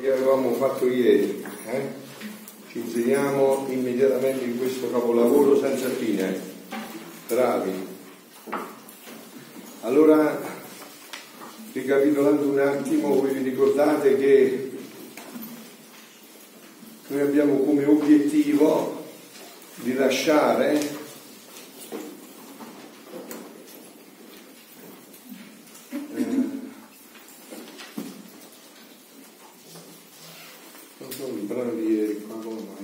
Che avevamo fatto ieri, ci inseriamo immediatamente in questo capolavoro senza fine. Bravi. Allora, ricapitolando un attimo, voi vi ricordate che noi abbiamo come obiettivo di lasciare il brano di ieri qua, come mai?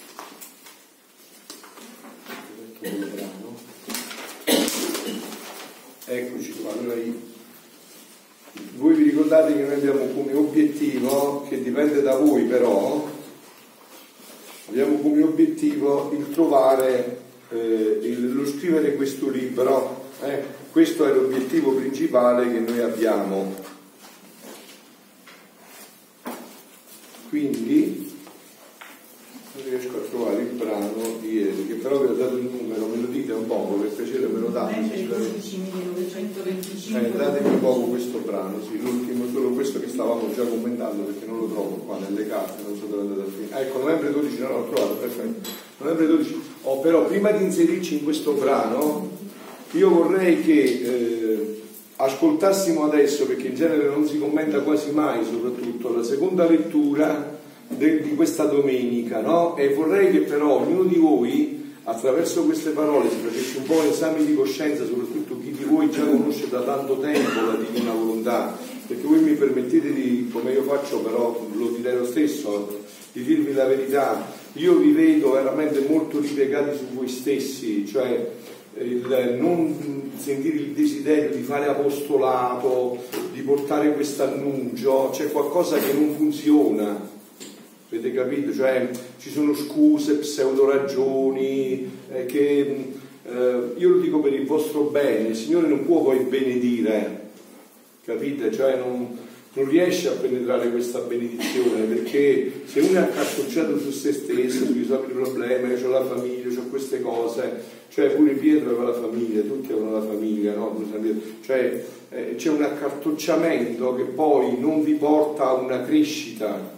Eccoci qua. Allora, voi vi ricordate che noi abbiamo come obiettivo, che dipende da voi però, abbiamo come obiettivo il trovare, lo scrivere questo libro. Questo è l'obiettivo principale che noi abbiamo. Quindi non riesco a trovare il brano di ieri, che però vi ho dato il numero, me lo dite un poco, per piacere me lo date. 12.925. Datemi un poco questo brano, sì, l'ultimo, solo questo che stavamo già commentando, perché non lo trovo qua nelle carte, non so dove è andato a finire. Ecco, novembre 12, no, l'ho trovato, perfetto. Novembre 12. Però prima di inserirci in questo brano, io vorrei che ascoltassimo adesso, perché in genere non si commenta quasi mai, soprattutto la seconda lettura di questa domenica, no? E vorrei che però ognuno di voi, attraverso queste parole, si facesse un po' un esame di coscienza, soprattutto chi di voi già conosce da tanto tempo la Divina Volontà, perché voi mi permettete di, come io faccio, però lo direi lo stesso, di dirvi la verità. Io vi vedo veramente molto ripiegati su voi stessi, cioè il non sentire il desiderio di fare apostolato, di portare questo annuncio, c'è qualcosa che non funziona, avete capito? Cioè ci sono scuse, pseudo ragioni, che io lo dico per il vostro bene, il Signore non può poi benedire, capite? Cioè non riesce a penetrare questa benedizione, perché se uno è accartocciato su se stesso, sui propri problemi, io ho la famiglia, ho queste cose, cioè pure Pietro aveva la famiglia, tutti avevano la famiglia, no? Cioè c'è un accartocciamento che poi non vi porta a una crescita,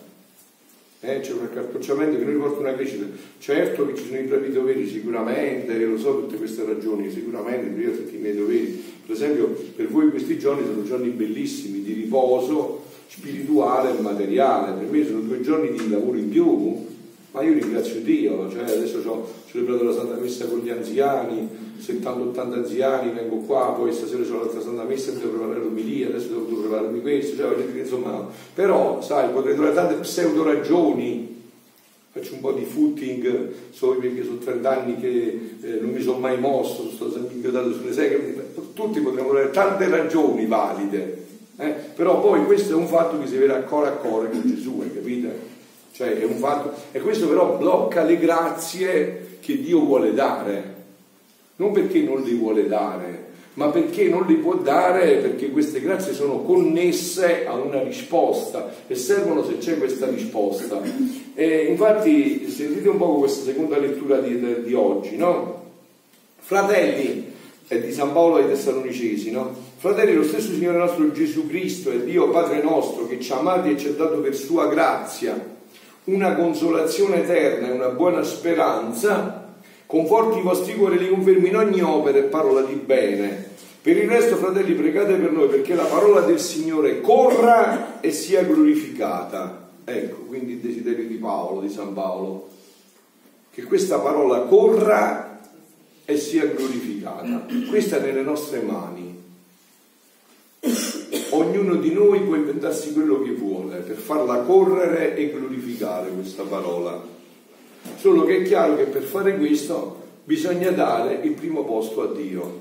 c'è un accartocciamento che non vi porta a una crescita. Certo che ci sono i propri doveri, sicuramente, lo so tutte queste ragioni, sicuramente io ho tutti i miei doveri. Per esempio, per voi questi giorni sono giorni bellissimi di riposo spirituale e materiale, per me sono 2 giorni di lavoro in più, ma io ringrazio Dio, cioè adesso ho celebrato la Santa Messa con gli anziani, 70-80 anziani, vengo qua, poi stasera c'ho l'altra Santa Messa, devo preparare l'omelia, adesso devo prepararmi questo, cioè insomma, però sai, potrei trovare tante pseudo ragioni. Faccio un po' di footing, perché sono 30 anni che non mi sono mai mosso, sto sempre inchiodato sulle seghe, tutti potremmo avere tante ragioni valide, però poi questo è un fatto che si vede a cuore con Gesù, capite? Cioè è un fatto, e questo però blocca le grazie che Dio vuole dare, non perché non li vuole dare, ma perché non li può dare, perché queste grazie sono connesse a una risposta e servono se c'è questa risposta. E infatti sentite un po' questa seconda lettura di oggi, no? Fratelli, è di San Paolo ai Tessalonicesi, no? Fratelli, lo stesso Signore nostro Gesù Cristo e Dio Padre nostro, che ci ha amati e ci ha dato per sua grazia una consolazione eterna e una buona speranza, conforti i vostri cuori e li confermi in ogni opera e parola di bene. Per il resto, fratelli, pregate per noi, perché la parola del Signore corra e sia glorificata. Ecco, quindi il desiderio di Paolo, di San Paolo, che questa parola corra e sia glorificata. Questa è nelle nostre mani. Ognuno di noi può inventarsi quello che vuole per farla correre e glorificare questa parola. Solo che è chiaro che per fare questo bisogna dare il primo posto a Dio.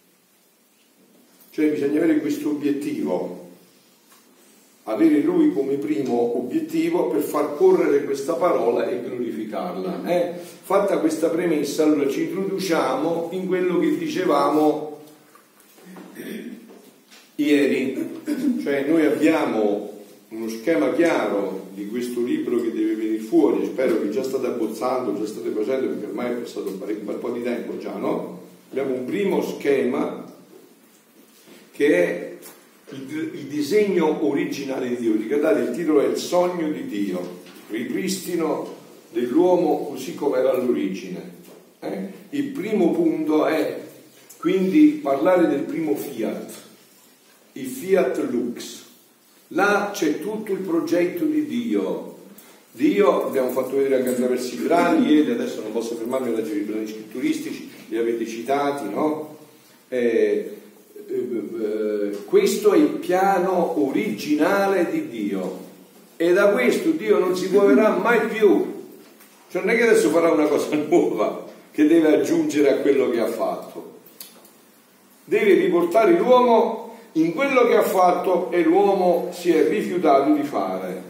Cioè bisogna avere questo obiettivo, avere Lui come primo obiettivo per far correre questa parola e glorificarla. Fatta questa premessa, allora ci introduciamo in quello che dicevamo ieri. Cioè noi abbiamo uno schema chiaro di questo libro che deve venire fuori, spero che già state abbozzando, già state facendo, perché ormai è passato un bel po' di tempo già, no? Abbiamo un primo schema che è il disegno originale di Dio. Ricordate, il titolo è Il sogno di Dio, ripristino dell'uomo così come era all'origine. Il primo punto è quindi parlare del primo fiat, il fiat lux. Là c'è tutto il progetto di Dio. Dio, abbiamo fatto vedere anche attraverso i brani ieri, adesso non posso fermarmi a leggere i brani scritturistici, li avete citati, no? Questo è il piano originale di Dio e da questo Dio non si muoverà mai più. Cioè non è che adesso farà una cosa nuova che deve aggiungere a quello che ha fatto. Deve riportare l'uomo in quello che ha fatto e l'uomo si è rifiutato di fare.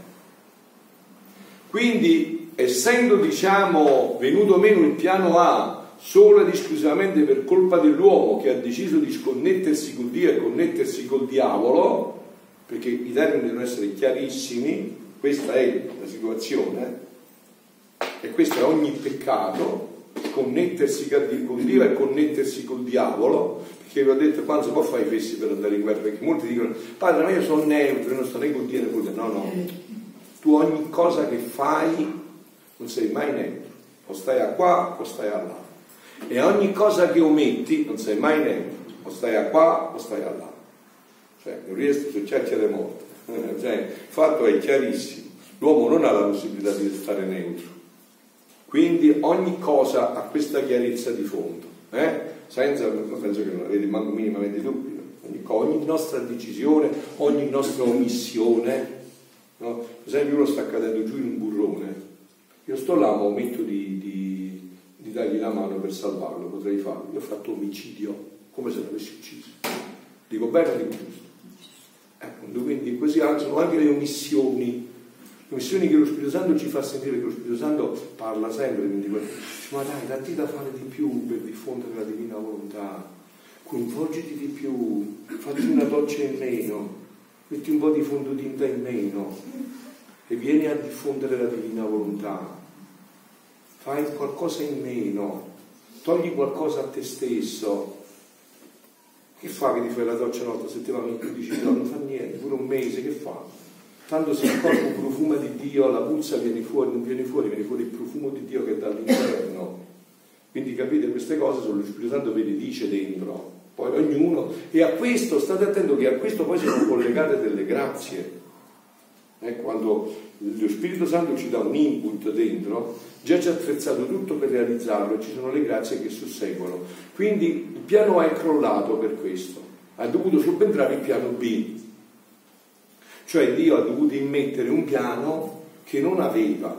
Quindi, essendo venuto meno il piano A solo ed esclusivamente per colpa dell'uomo che ha deciso di sconnettersi con Dio e connettersi col diavolo, perché i termini devono essere chiarissimi, questa è la situazione, e questo è ogni peccato, connettersi con Dio e connettersi col diavolo, perché vi ho detto quando si può fare i fessi per andare in guerra, perché molti dicono padre ma io sono neutro, non sto né con Dio né con te. No, tu ogni cosa che fai non sei mai neutro, o stai a qua o stai a là, e ogni cosa che ometti non sei mai neutro, o stai a qua o stai a là, cioè non riesco su cerchiere morte. Cioè, il fatto è chiarissimo, l'uomo non ha la possibilità di stare neutro, quindi ogni cosa ha questa chiarezza di fondo, senza, penso che non avete manco minimamente dubbi. Ogni nostra decisione, ogni nostra omissione, no? Per esempio uno sta cadendo giù in un burrone, io sto là ma ometto di dargli la mano per salvarlo, potrei farlo, io ho fatto omicidio come se l'avessi ucciso, dico bene o dico giusto? Quindi così sono anche le omissioni che lo Spirito Santo ci fa sentire, che lo Spirito Santo parla sempre, quindi ma dai, datti da fare di più per diffondere la divina volontà, coinvolgiti di più, fatti una doccia in meno, metti un po' di fondotinta in meno e vieni a diffondere la divina volontà, fai qualcosa in meno, togli qualcosa a te stesso. Che fa che ti fai la doccia una volta a settimana, in 15 giorni? Non fa niente, pure un mese, che fa? Tanto se il corpo profuma di Dio, la puzza viene fuori, non viene fuori il profumo di Dio che è dall'interno. Quindi capite, queste cose sono lo Spirito Santo ve le dice dentro, poi ognuno, e a questo, state attento che a questo poi sono collegate delle grazie. Quando lo Spirito Santo ci dà un input dentro, già ci ha attrezzato tutto per realizzarlo e ci sono le grazie che susseguono. Quindi il piano A è crollato per questo, ha dovuto subentrare il piano B, cioè Dio ha dovuto immettere un piano che non aveva,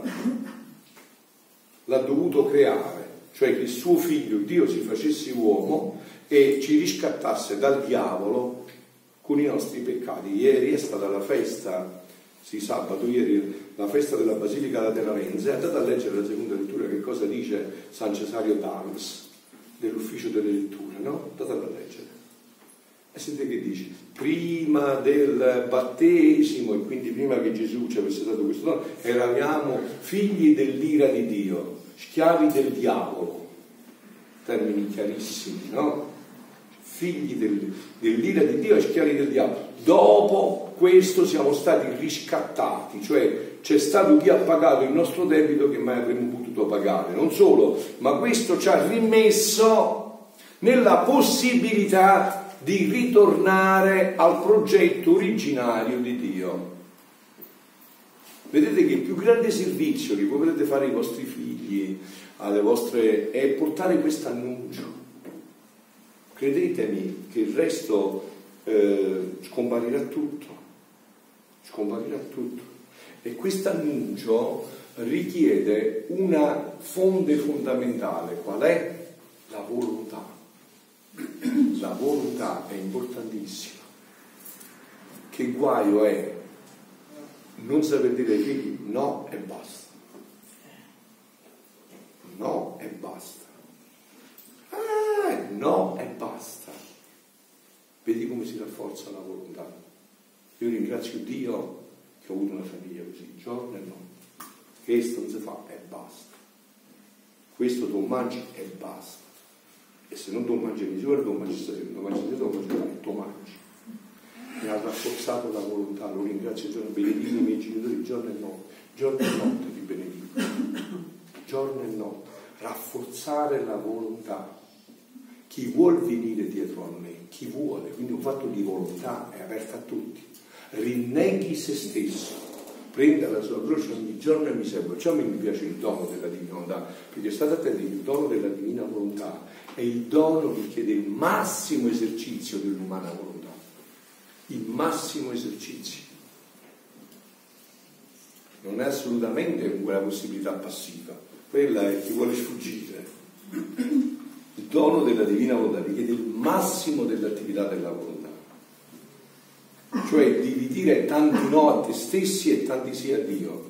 l'ha dovuto creare, cioè che il suo figlio Dio si facesse uomo e ci riscattasse dal diavolo con i nostri peccati. Ieri è stata la festa, sabato ieri, la festa della Basilica Lateranense. Andate a leggere la seconda lettura che cosa dice San Cesario d'Ars dell'ufficio delle letture, no? Andate a leggere e sentite che dice: prima del battesimo e quindi prima che Gesù ci avesse dato questo dono eravamo figli dell'ira di Dio, schiavi del diavolo, termini chiarissimi, no? Figli dell'ira di Dio e schiavi del diavolo. Dopo questo siamo stati riscattati, cioè c'è stato chi ha pagato il nostro debito che mai avremmo potuto pagare. Non solo, ma questo ci ha rimesso nella possibilità di ritornare al progetto originario di Dio. Vedete che il più grande servizio che voi potete fare ai vostri figli, alle vostre, è portare questo annuncio. Credetemi che il resto scomparirà tutto. E questo annuncio richiede una fonte fondamentale. Qual è? La volontà. La volontà è importantissima. Che guaio è non saper dire ai figli no e basta. No e basta. No e basta. Vedi come si rafforza la volontà. Io ringrazio Dio che ho avuto una famiglia così, giorno e notte. Questo non si fa e basta. Questo tu mangi e basta. E se non tu mangi a misura, tu mangi e tu mangi. mi ha rafforzato la volontà, lo ringrazio, benedico i miei genitori giorno e notte li benedico, giorno e notte, rafforzare la volontà. Chi vuol venire dietro a me, chi vuole, quindi un fatto di volontà è aperto a tutti, rinneghi se stesso, prenda la sua croce ogni giorno e mi segue. Ciò mi piace il dono della divina volontà, perché state attenti, il dono della divina volontà è il dono che chiede il massimo esercizio dell'umana volontà, il massimo esercizio, non è assolutamente quella possibilità passiva, quella è chi vuole sfuggire. Il dono della divina volontà richiede il massimo dell'attività della volontà, cioè di dire tanti no a te stessi e tanti sì a Dio,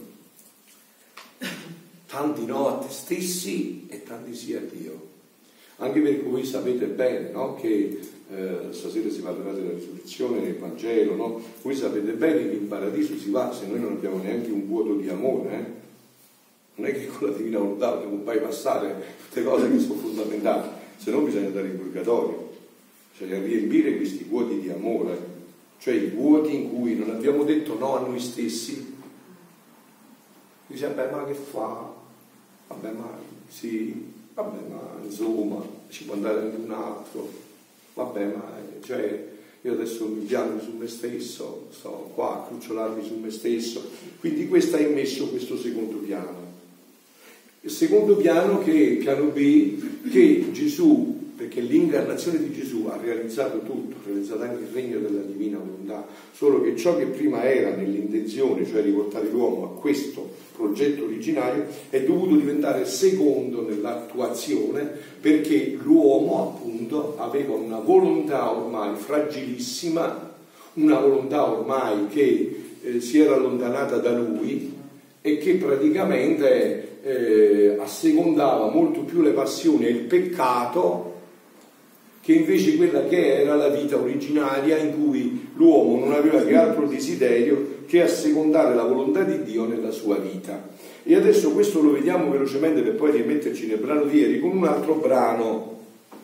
tanti no a te stessi e tanti sì a Dio, anche perché voi sapete bene, no, che stasera si parlerà della risurrezione nel Vangelo, no? Voi sapete bene che in paradiso si va se noi non abbiamo neanche un vuoto di amore, Non è che con la divina volontà dobbiamo bypassare tutte cose che sono fondamentali, se no bisogna andare in purgatorio, bisogna riempire questi vuoti di amore, cioè i vuoti in cui non abbiamo detto no a noi stessi. Dice, vabbè, ma che fa? Vabbè, ma sì, vabbè, ma insomma, ci può andare anche un altro, vabbè, ma cioè io adesso mi piango su me stesso, sto qua a cucciolarmi su me stesso, quindi questo ha immesso questo secondo piano. Il secondo piano, che piano B, che Gesù, perché l'incarnazione di Gesù ha realizzato tutto, ha realizzato anche il regno della divina volontà, solo che ciò che prima era nell'intenzione, cioè riportare l'uomo a questo progetto originario, è dovuto diventare secondo nell'attuazione, perché l'uomo appunto aveva una volontà ormai fragilissima, una volontà ormai che si era allontanata da lui e che praticamente assecondava molto più le passioni e il peccato che invece quella che era la vita originaria, in cui l'uomo non aveva che altro desiderio che assecondare la volontà di Dio nella sua vita. E adesso questo lo vediamo velocemente per poi rimetterci nel brano di ieri con un altro brano,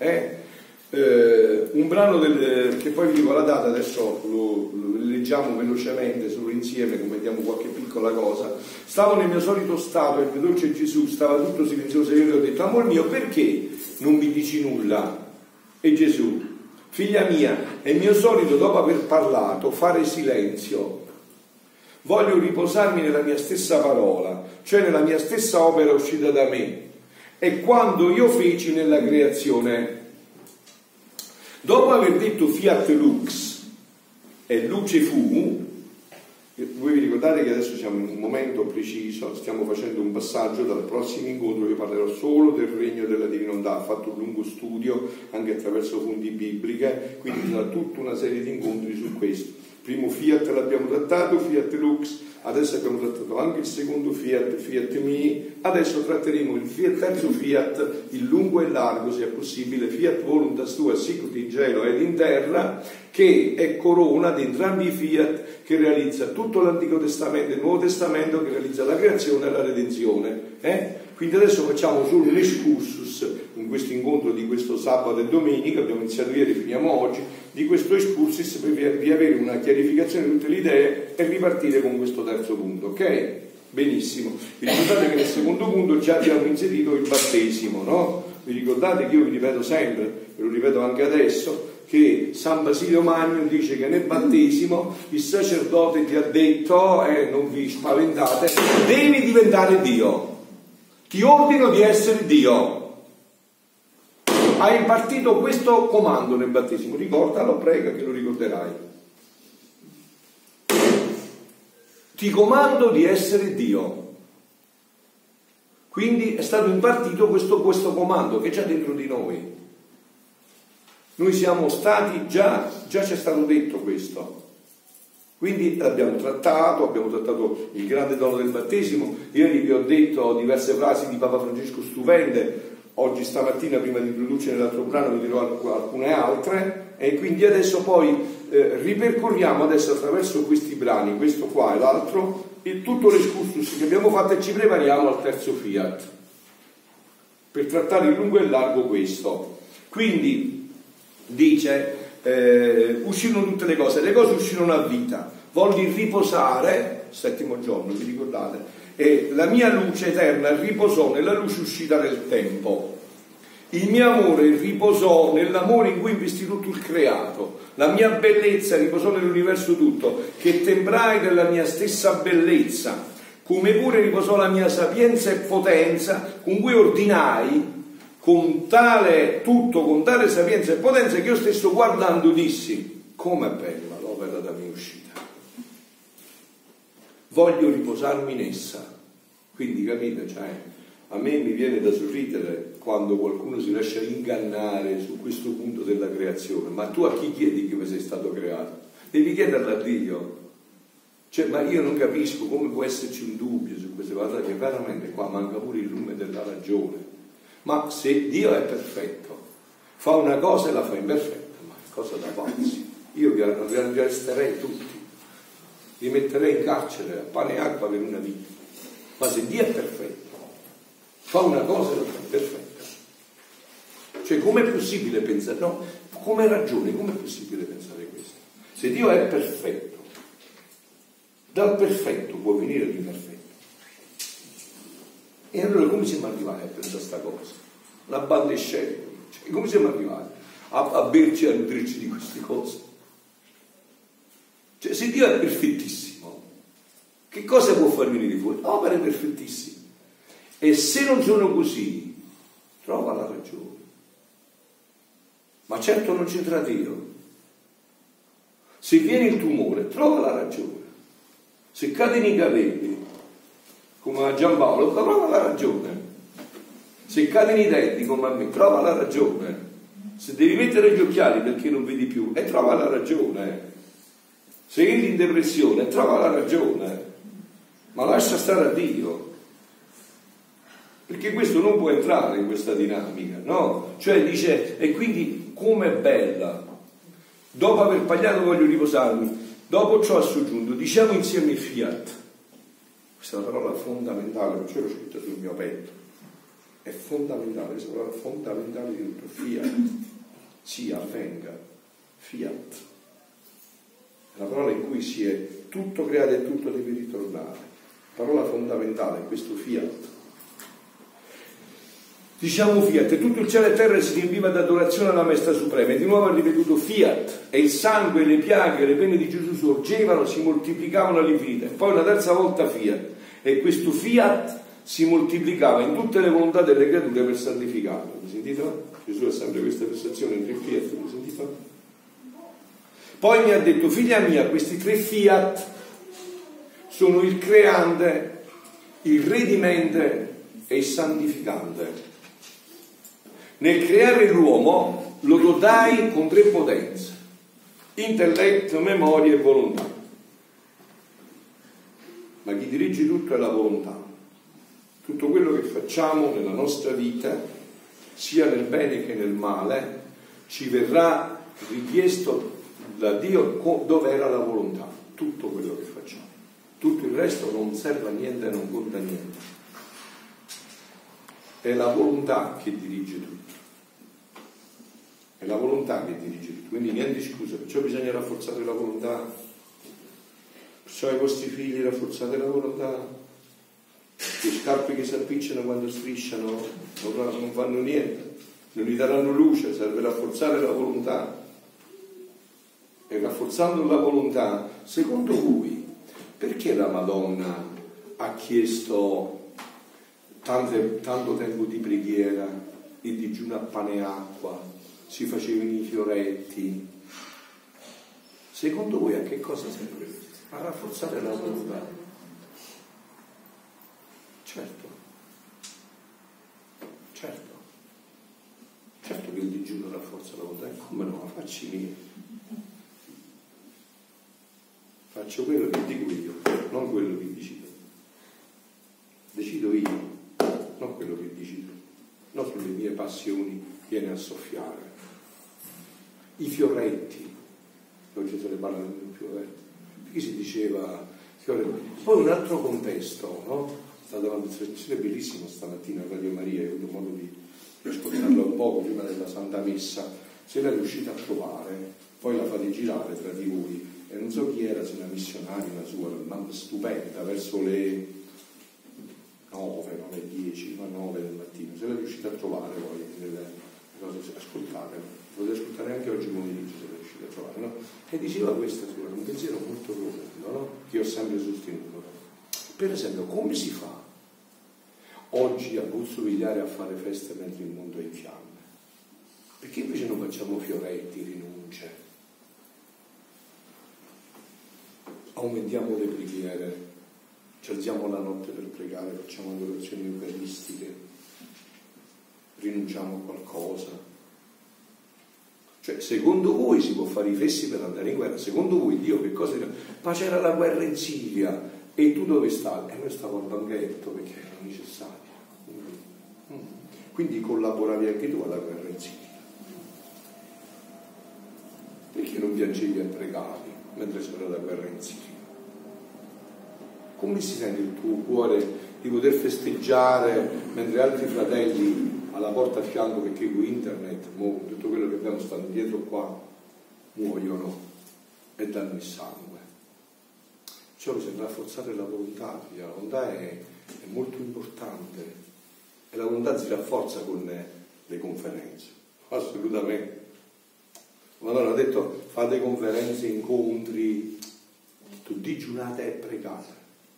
un brano che poi vi dico la data, adesso lo leggiamo velocemente solo insieme, commentiamo qualche piccola cosa. Stavo nel mio solito stato e il mio dolce Gesù stava tutto silenzioso e io gli ho detto, amor mio, perché non mi dici nulla? E Gesù, figlia mia, è mio solito dopo aver parlato fare silenzio, voglio riposarmi nella mia stessa parola, cioè nella mia stessa opera uscita da me, e quando io feci nella creazione. Dopo aver detto fiat lux e luce fu, voi vi ricordate che adesso siamo in un momento preciso, stiamo facendo un passaggio dal prossimo incontro, io parlerò solo del regno della divina volontà, ho fatto un lungo studio anche attraverso fonti bibliche, quindi sarà tutta una serie di incontri su questo. Primo fiat l'abbiamo trattato, fiat lux, adesso abbiamo trattato anche il secondo fiat, fiat mi, adesso tratteremo il terzo fiat, il lungo e largo se è possibile, fiat voluntas tua sicut in cielo ed in terra, che è corona di entrambi i fiat, che realizza tutto l'Antico Testamento e il Nuovo Testamento, che realizza la creazione e la redenzione. Quindi adesso facciamo solo un excursus in questo incontro di questo sabato e domenica, abbiamo iniziato ieri, finiamo oggi, di questo excursus per riavere una chiarificazione di tutte le idee e ripartire con questo terzo punto, ok? Benissimo. Vi ricordate che nel secondo punto già abbiamo inserito il battesimo, no? Vi ricordate che io vi ripeto sempre, ve lo ripeto anche adesso, che San Basilio Magno dice che nel battesimo il sacerdote ti ha detto, non vi spaventate, devi diventare Dio, ti ordino di essere Dio. Hai impartito questo comando nel battesimo, ricordalo, prega che lo ricorderai. Ti comando di essere Dio. Quindi è stato impartito questo comando che c'è dentro di noi. Noi siamo stati, già c'è stato detto questo. Quindi abbiamo trattato il grande dono del battesimo. Ieri vi ho detto diverse frasi di Papa Francesco stupende. Oggi stamattina, prima di introdurci nell'altro brano, vi dirò alcune altre, e quindi adesso poi ripercorriamo adesso attraverso questi brani, questo qua e l'altro, tutto l'escursus che abbiamo fatto, e ci prepariamo al terzo fiat per trattare in lungo e largo questo. Quindi dice uscirono tutte le cose uscirono a vita. Volli riposare, 7° giorno, vi ricordate? E la mia luce eterna riposò nella luce uscita nel tempo. Il mio amore riposò nell'amore in cui investì tutto il creato. La mia bellezza riposò nell'universo tutto, che tembrai della mia stessa bellezza, come pure riposò la mia sapienza e potenza, con cui ordinai con tale sapienza e potenza che io stesso guardando dissi: com'è bella l'opera da me uscita, voglio riposarmi in essa. Quindi capite, a me mi viene da sorridere quando qualcuno si lascia ingannare su questo punto della creazione. Ma tu a chi chiedi che sei stato creato? Devi chiederlo a Dio. Ma io non capisco come può esserci un dubbio su queste cose, che veramente qua manca pure il lume della ragione. Ma se Dio è perfetto, fa una cosa e la fa imperfetta, ma è cosa da pazzi. Io vi arresterei tutti, li metterei in carcere a pane e acqua per una vita. Ma se Dio è perfetto, fa una cosa e la fa imperfetta. Com'è possibile pensare? No, come ragione, com'è possibile pensare questo? Se Dio è perfetto, dal perfetto può venire l'imperfetto. E allora come siamo arrivati a pensare questa cosa? Una bandescella. Come siamo arrivati a berci e a nutrirci di queste cose? Se Dio è perfettissimo, che cosa può far venire fuori? Opere perfettissime. E se non sono così, trova la ragione. Ma certo non c'entra Dio. Se viene il tumore, trova la ragione. Se cadono i capelli, come a Giampaolo, trova la ragione. Se cadono i denti, come a me, trova la ragione. Se devi mettere gli occhiali perché non vedi più, trova la ragione. Se entri in depressione, trova la ragione. Ma lascia stare a Dio. Perché questo non può entrare in questa dinamica, no? Dice, e quindi com'è bella. Dopo aver pagliato voglio riposarmi. Dopo ciò ha soggiunto, diciamo insieme fiat. Questa è una parola fondamentale, perciò l'ho scritta sul mio petto. È fondamentale, questa parola fondamentale di tutto. Fiat. Sia, avvenga. Fiat. È la parola in cui si è tutto creato e tutto deve ritornare. Parola fondamentale è questo fiat. Diciamo fiat, e tutto il cielo e terra si riempiva d'adorazione alla Maestà Suprema, e di nuovo ha ripetuto fiat, e il sangue, le piaghe, le pene di Gesù sorgevano, si moltiplicavano all'infinito, e poi una terza volta fiat, e questo fiat si moltiplicava in tutte le volontà delle creature per santificarlo. Mi sentite? Gesù ha sempre questa prestazione in 3 fiat, mi sentite? Poi mi ha detto, figlia mia, questi 3 fiat sono il creante, il redimende e il santificante. Nel creare l'uomo lo dotai con 3 potenze: intelletto, memoria e volontà. Ma chi dirige tutto è la volontà. Tutto quello che facciamo nella nostra vita, sia nel bene che nel male, ci verrà richiesto da Dio dove era la volontà. Tutto quello che facciamo. Tutto il resto non serve a niente e non conta niente. È la volontà che dirige tutto. È la volontà che dirige tutto. Quindi niente scusa. Perciò bisogna rafforzare la volontà. Perciò ai vostri figli rafforzate la volontà. Le scarpe che si appicciano quando strisciano non fanno niente. Non gli daranno luce. Serve rafforzare la volontà. E rafforzando la volontà, secondo voi, perché la Madonna ha chiesto tanto tempo di preghiera, il digiuno a pane e acqua, si facevano i fioretti? Secondo voi a che cosa serve? A rafforzare la volontà. Certo che il digiuno rafforza la volontà, e come no, facci mio. Faccio quello che dico io, non quello che dici tu. Decido io, non quello che dici tu. Non sulle mie passioni viene a soffiare. I fioretti, oggi se ne parla di fioretti. Perché si diceva fioretti? Poi un altro contesto, no? È stata una trasmissione bellissima stamattina a Radio Maria, ho avuto modo di ascoltarla un poco prima della Santa Messa. Se l'è riuscita a trovare, poi la fate girare tra di voi, e non so chi era, se una missionaria, una sua, ma stupenda, verso le 9:10, ma 9 del mattino, se la riuscite a trovare poi nelle cose, ascoltate, potete ascoltare anche oggi pomeriggio se la riuscite a trovare, no? E diceva questa sua, un pensiero molto profondo, no? Che ho sempre sostenuto. Per esempio, come si fa oggi a Buzzo Vigliare a fare feste mentre il mondo è in fiamme? Perché invece non facciamo fioretti, rinunce, aumentiamo le preghiere, ci alziamo la notte per pregare, facciamo adorazioni eucaristiche, rinunciamo a qualcosa? Cioè, secondo voi si può fare i fessi per andare in guerra? Secondo voi Dio che cosa dirà? Ma c'era la guerra in Siria e tu dove stavi? E noi stavamo al banchetto perché era necessario. Quindi collaboravi anche tu alla guerra in Siria. Perché non piangevi e pregavi mentre c'era la guerra in Siria? Come si sente il tuo cuore di poter festeggiare mentre altri fratelli alla porta a fianco, perché con internet, tutto quello che abbiamo stanno dietro qua, muoiono e danno il sangue? Ciò bisogna rafforzare la volontà, la volontà è molto importante e la volontà si rafforza con le conferenze, assolutamente. Madonna ha detto fate conferenze, incontri, tu digiunate e pregate,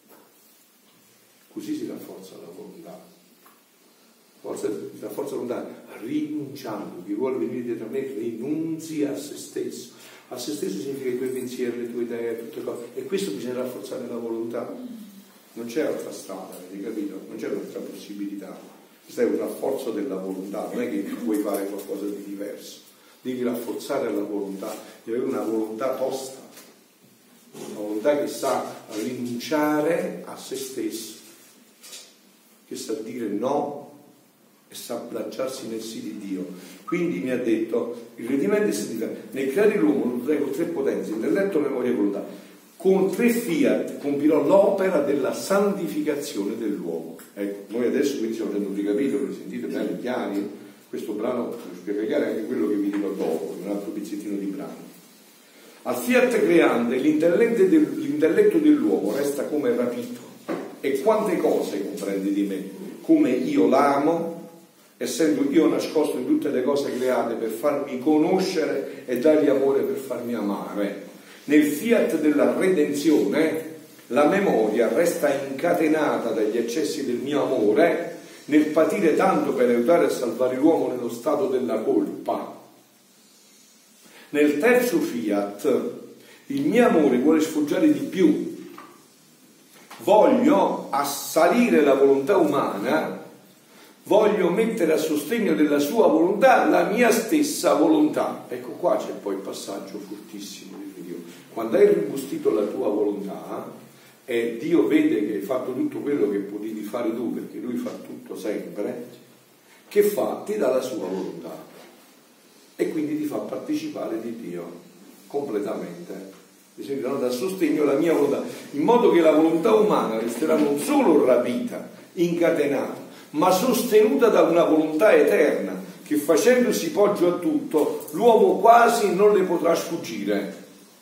così si rafforza la volontà. Si rafforza la volontà rinunciando. Chi vuole venire dietro a me rinunzi a se stesso. A se stesso significa i tuoi pensieri, le tue idee, tutte cose, e questo bisogna rafforzare la volontà. Non c'è altra strada, avete capito? Non c'è un'altra possibilità. Questo è un rafforzo della volontà, non è che puoi fare qualcosa di diverso. Devi rafforzare la volontà, devi avere una volontà tosta, una volontà che sa rinunciare a se stesso, che sa dire no e sa abbracciarsi nel sì di Dio. Quindi mi ha detto il redimento è significa nel creare l'uomo lo con 3 potenze, intelletto, memoria e volontà. Con 3 fiat compirò l'opera della santificazione dell'uomo. Ecco, noi adesso quindi stiamo facendo un ricapitolo, sentite bene, chiari? Questo brano per spiegare anche quello che vi dirò dopo, un altro pezzettino di brano. Al fiat creante l'intelletto dell'uomo resta come rapito, e quante cose comprende di me, come io l'amo, essendo io nascosto in tutte le cose create per farmi conoscere e dargli amore per farmi amare. Nel fiat della redenzione la memoria resta incatenata dagli eccessi del mio amore nel patire tanto per aiutare a salvare l'uomo nello stato della colpa. Nel terzo fiat il mio amore vuole sfoggiare di più. Voglio assalire la volontà umana, voglio mettere a sostegno della sua volontà la mia stessa volontà. Ecco qua c'è poi il passaggio fortissimo di Dio. Quando hai rimbustito la tua volontà e Dio vede che hai fatto tutto quello che potevi fare tu, perché Lui fa tutto sempre, che fa? Ti dà la sua volontà e quindi ti fa partecipare di Dio completamente. Bisogna dare sostegno alla mia volontà, in modo che la volontà umana resterà non solo rapita, incatenata, ma sostenuta da una volontà eterna che, facendosi poggio a tutto, l'uomo quasi non le potrà sfuggire.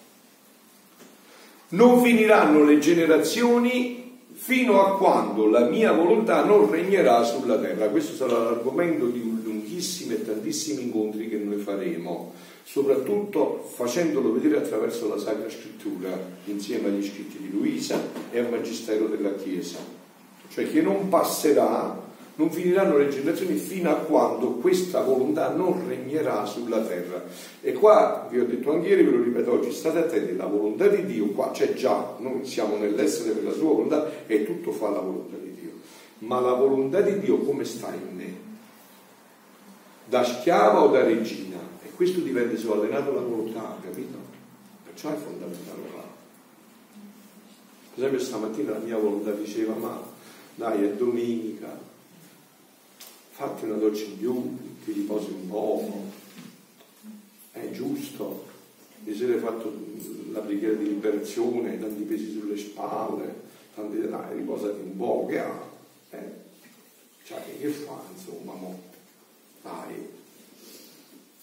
Non finiranno le generazioni fino a quando la mia volontà non regnerà sulla terra. Questo sarà l'argomento di lunghissimi e tantissimi incontri che noi faremo, soprattutto facendolo vedere attraverso la Sacra Scrittura, insieme agli scritti di Luisa e al Magistero della Chiesa. Cioè che non passerà, non finiranno le generazioni fino a quando questa volontà non regnerà sulla terra. E qua, vi ho detto anche ieri, ve lo ripeto oggi, state attenti, la volontà di Dio qua c'è già, noi siamo nell'essere per la sua volontà e tutto fa la volontà di Dio. Ma la volontà di Dio come sta in me? Da schiava o da regina? E questo dipende se ho allenato la volontà, capito? Perciò è fondamentale farlo. Per esempio stamattina la mia volontà diceva, ma dai, è domenica, fatti una doccia in più, ti riposi un po', è giusto. Ieri sera hai fatto la preghiera di liberazione, tanti pesi sulle spalle, dai, riposati un po', che ha? Cioè, che fa, insomma, mo? Dai.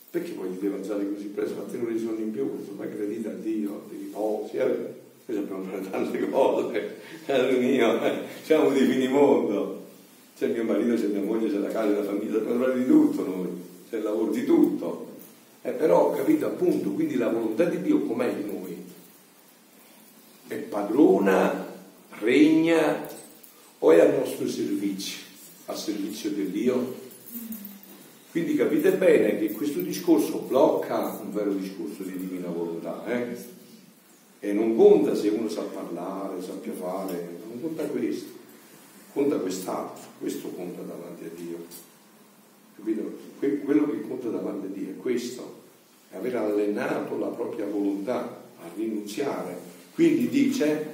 Perché poi ti devi alzare così presto? Fatti un'ora di sonno in più, ma gradita a Dio, ti riposi. Noi sappiamo fare tante cose, caro mio, siamo di finimondo. C'è mio marito, c'è mia moglie, c'è la casa, la famiglia, sappiamo fare di tutto noi, c'è il lavoro di tutto. Però, capito, appunto, quindi la volontà di Dio com'è in noi? È padrona, regna o è al nostro servizio? Al servizio di Dio? Quindi capite bene che questo discorso blocca un vero discorso di divina volontà, e non conta se uno sa parlare, sappia fare, non conta questo, conta quest'altro, questo conta davanti a Dio, capito? Quello che conta davanti a Dio è questo, è aver allenato la propria volontà a rinunziare. Quindi dice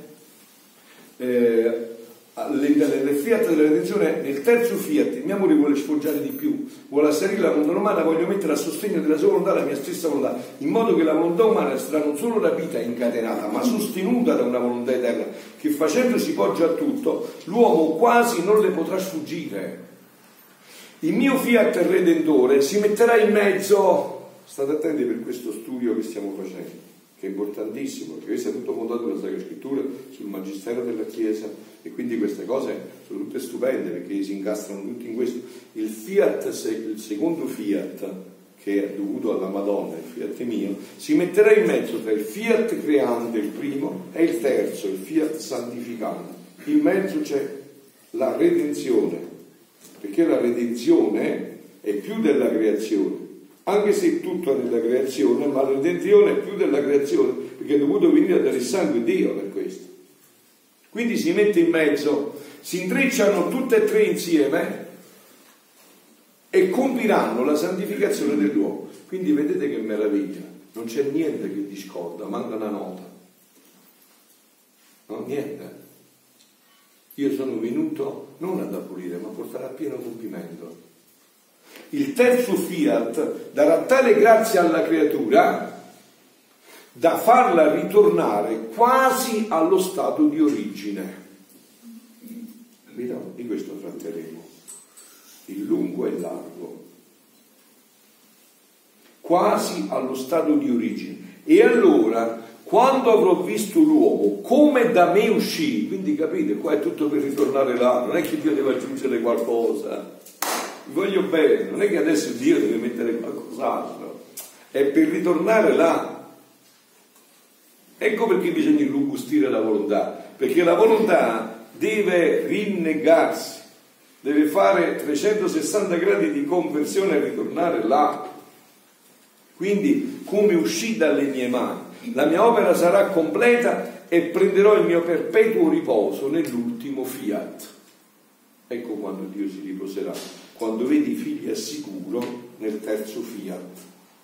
nel fiat della redenzione, nel terzo fiat il mio amore vuole sfoggiare di più, vuole assalire la volontà umana, voglio mettere a sostegno della sua volontà la mia stessa volontà, in modo che la volontà umana sarà non solo rapita e incatenata, ma sostenuta da una volontà eterna che facendosi poggia a tutto, l'uomo quasi non le potrà sfuggire. Il mio fiat redentore si metterà in mezzo, state attenti per questo studio che stiamo facendo, che è importantissimo, perché questo è tutto fondato sulla Sacra Scrittura, sul Magistero della Chiesa, e quindi queste cose sono tutte stupende perché si incastrano tutti in questo. Il fiat, il secondo fiat, che è dovuto alla Madonna, il fiat mio, si metterà in mezzo tra il fiat creante, il primo, e il terzo, il fiat santificante. In mezzo c'è la redenzione, perché la redenzione è più della creazione. Anche se tutto è nella creazione, ma la redenzione è più della creazione, perché è dovuto venire a dare il sangue Dio per questo. Quindi si mette in mezzo, si intrecciano tutte e tre insieme e compiranno la santificazione dell'uomo. Quindi vedete che meraviglia, non c'è niente che discorda, manca una nota. No, niente. Io sono venuto non ad abolire, ma a portare a pieno compimento. Il terzo fiat darà tale grazia alla creatura da farla ritornare quasi allo stato di origine. Di questo tratteremo, il lungo e il largo. Quasi allo stato di origine. E allora, quando avrò visto l'uomo come da me uscì, quindi capite, qua è tutto per ritornare là, non è che Dio deve aggiungere qualcosa. Vi voglio bene, non è che adesso Dio deve mettere qualcos'altro, è per ritornare là. Ecco perché bisogna irrobustire la volontà, perché la volontà deve rinnegarsi, deve fare 360 gradi di conversione e ritornare là. Quindi, come uscì dalle mie mani, la mia opera sarà completa e prenderò il mio perpetuo riposo nell'ultimo fiat. Ecco quando Dio si riposerà, quando vedi i figli al sicuro nel terzo fiat.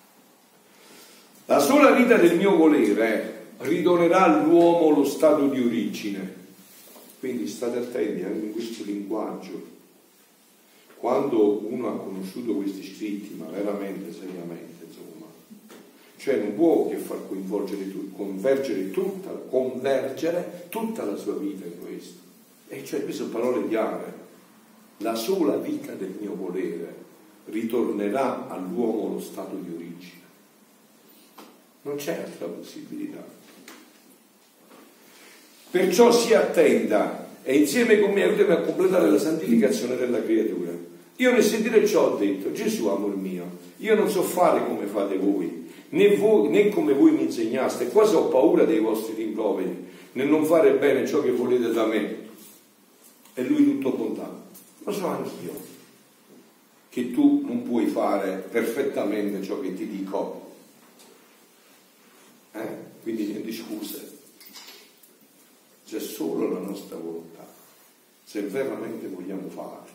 La sola vita del mio volere ridonerà all'uomo lo stato di origine. Quindi state attenti anche in questo linguaggio. Quando uno ha conosciuto questi scritti, ma veramente seriamente, insomma, cioè non può che far convergere tutta la sua vita in questo. E cioè queste sono parole chiare. La sola vita del mio volere ritornerà all'uomo lo stato di origine. Non c'è altra possibilità. Perciò si attenda e insieme con me aiutami a completare la santificazione della creatura. Io nel sentire ciò ho detto: Gesù, amor mio, io non so fare come fate voi, né come voi mi insegnaste, quasi ho paura dei vostri rimproveri, nel non fare bene ciò che volete da me. E lui tutto bontà. Lo so anch'io che tu non puoi fare perfettamente ciò che ti dico. Quindi niente scuse. C'è solo la nostra volontà, se veramente vogliamo fare.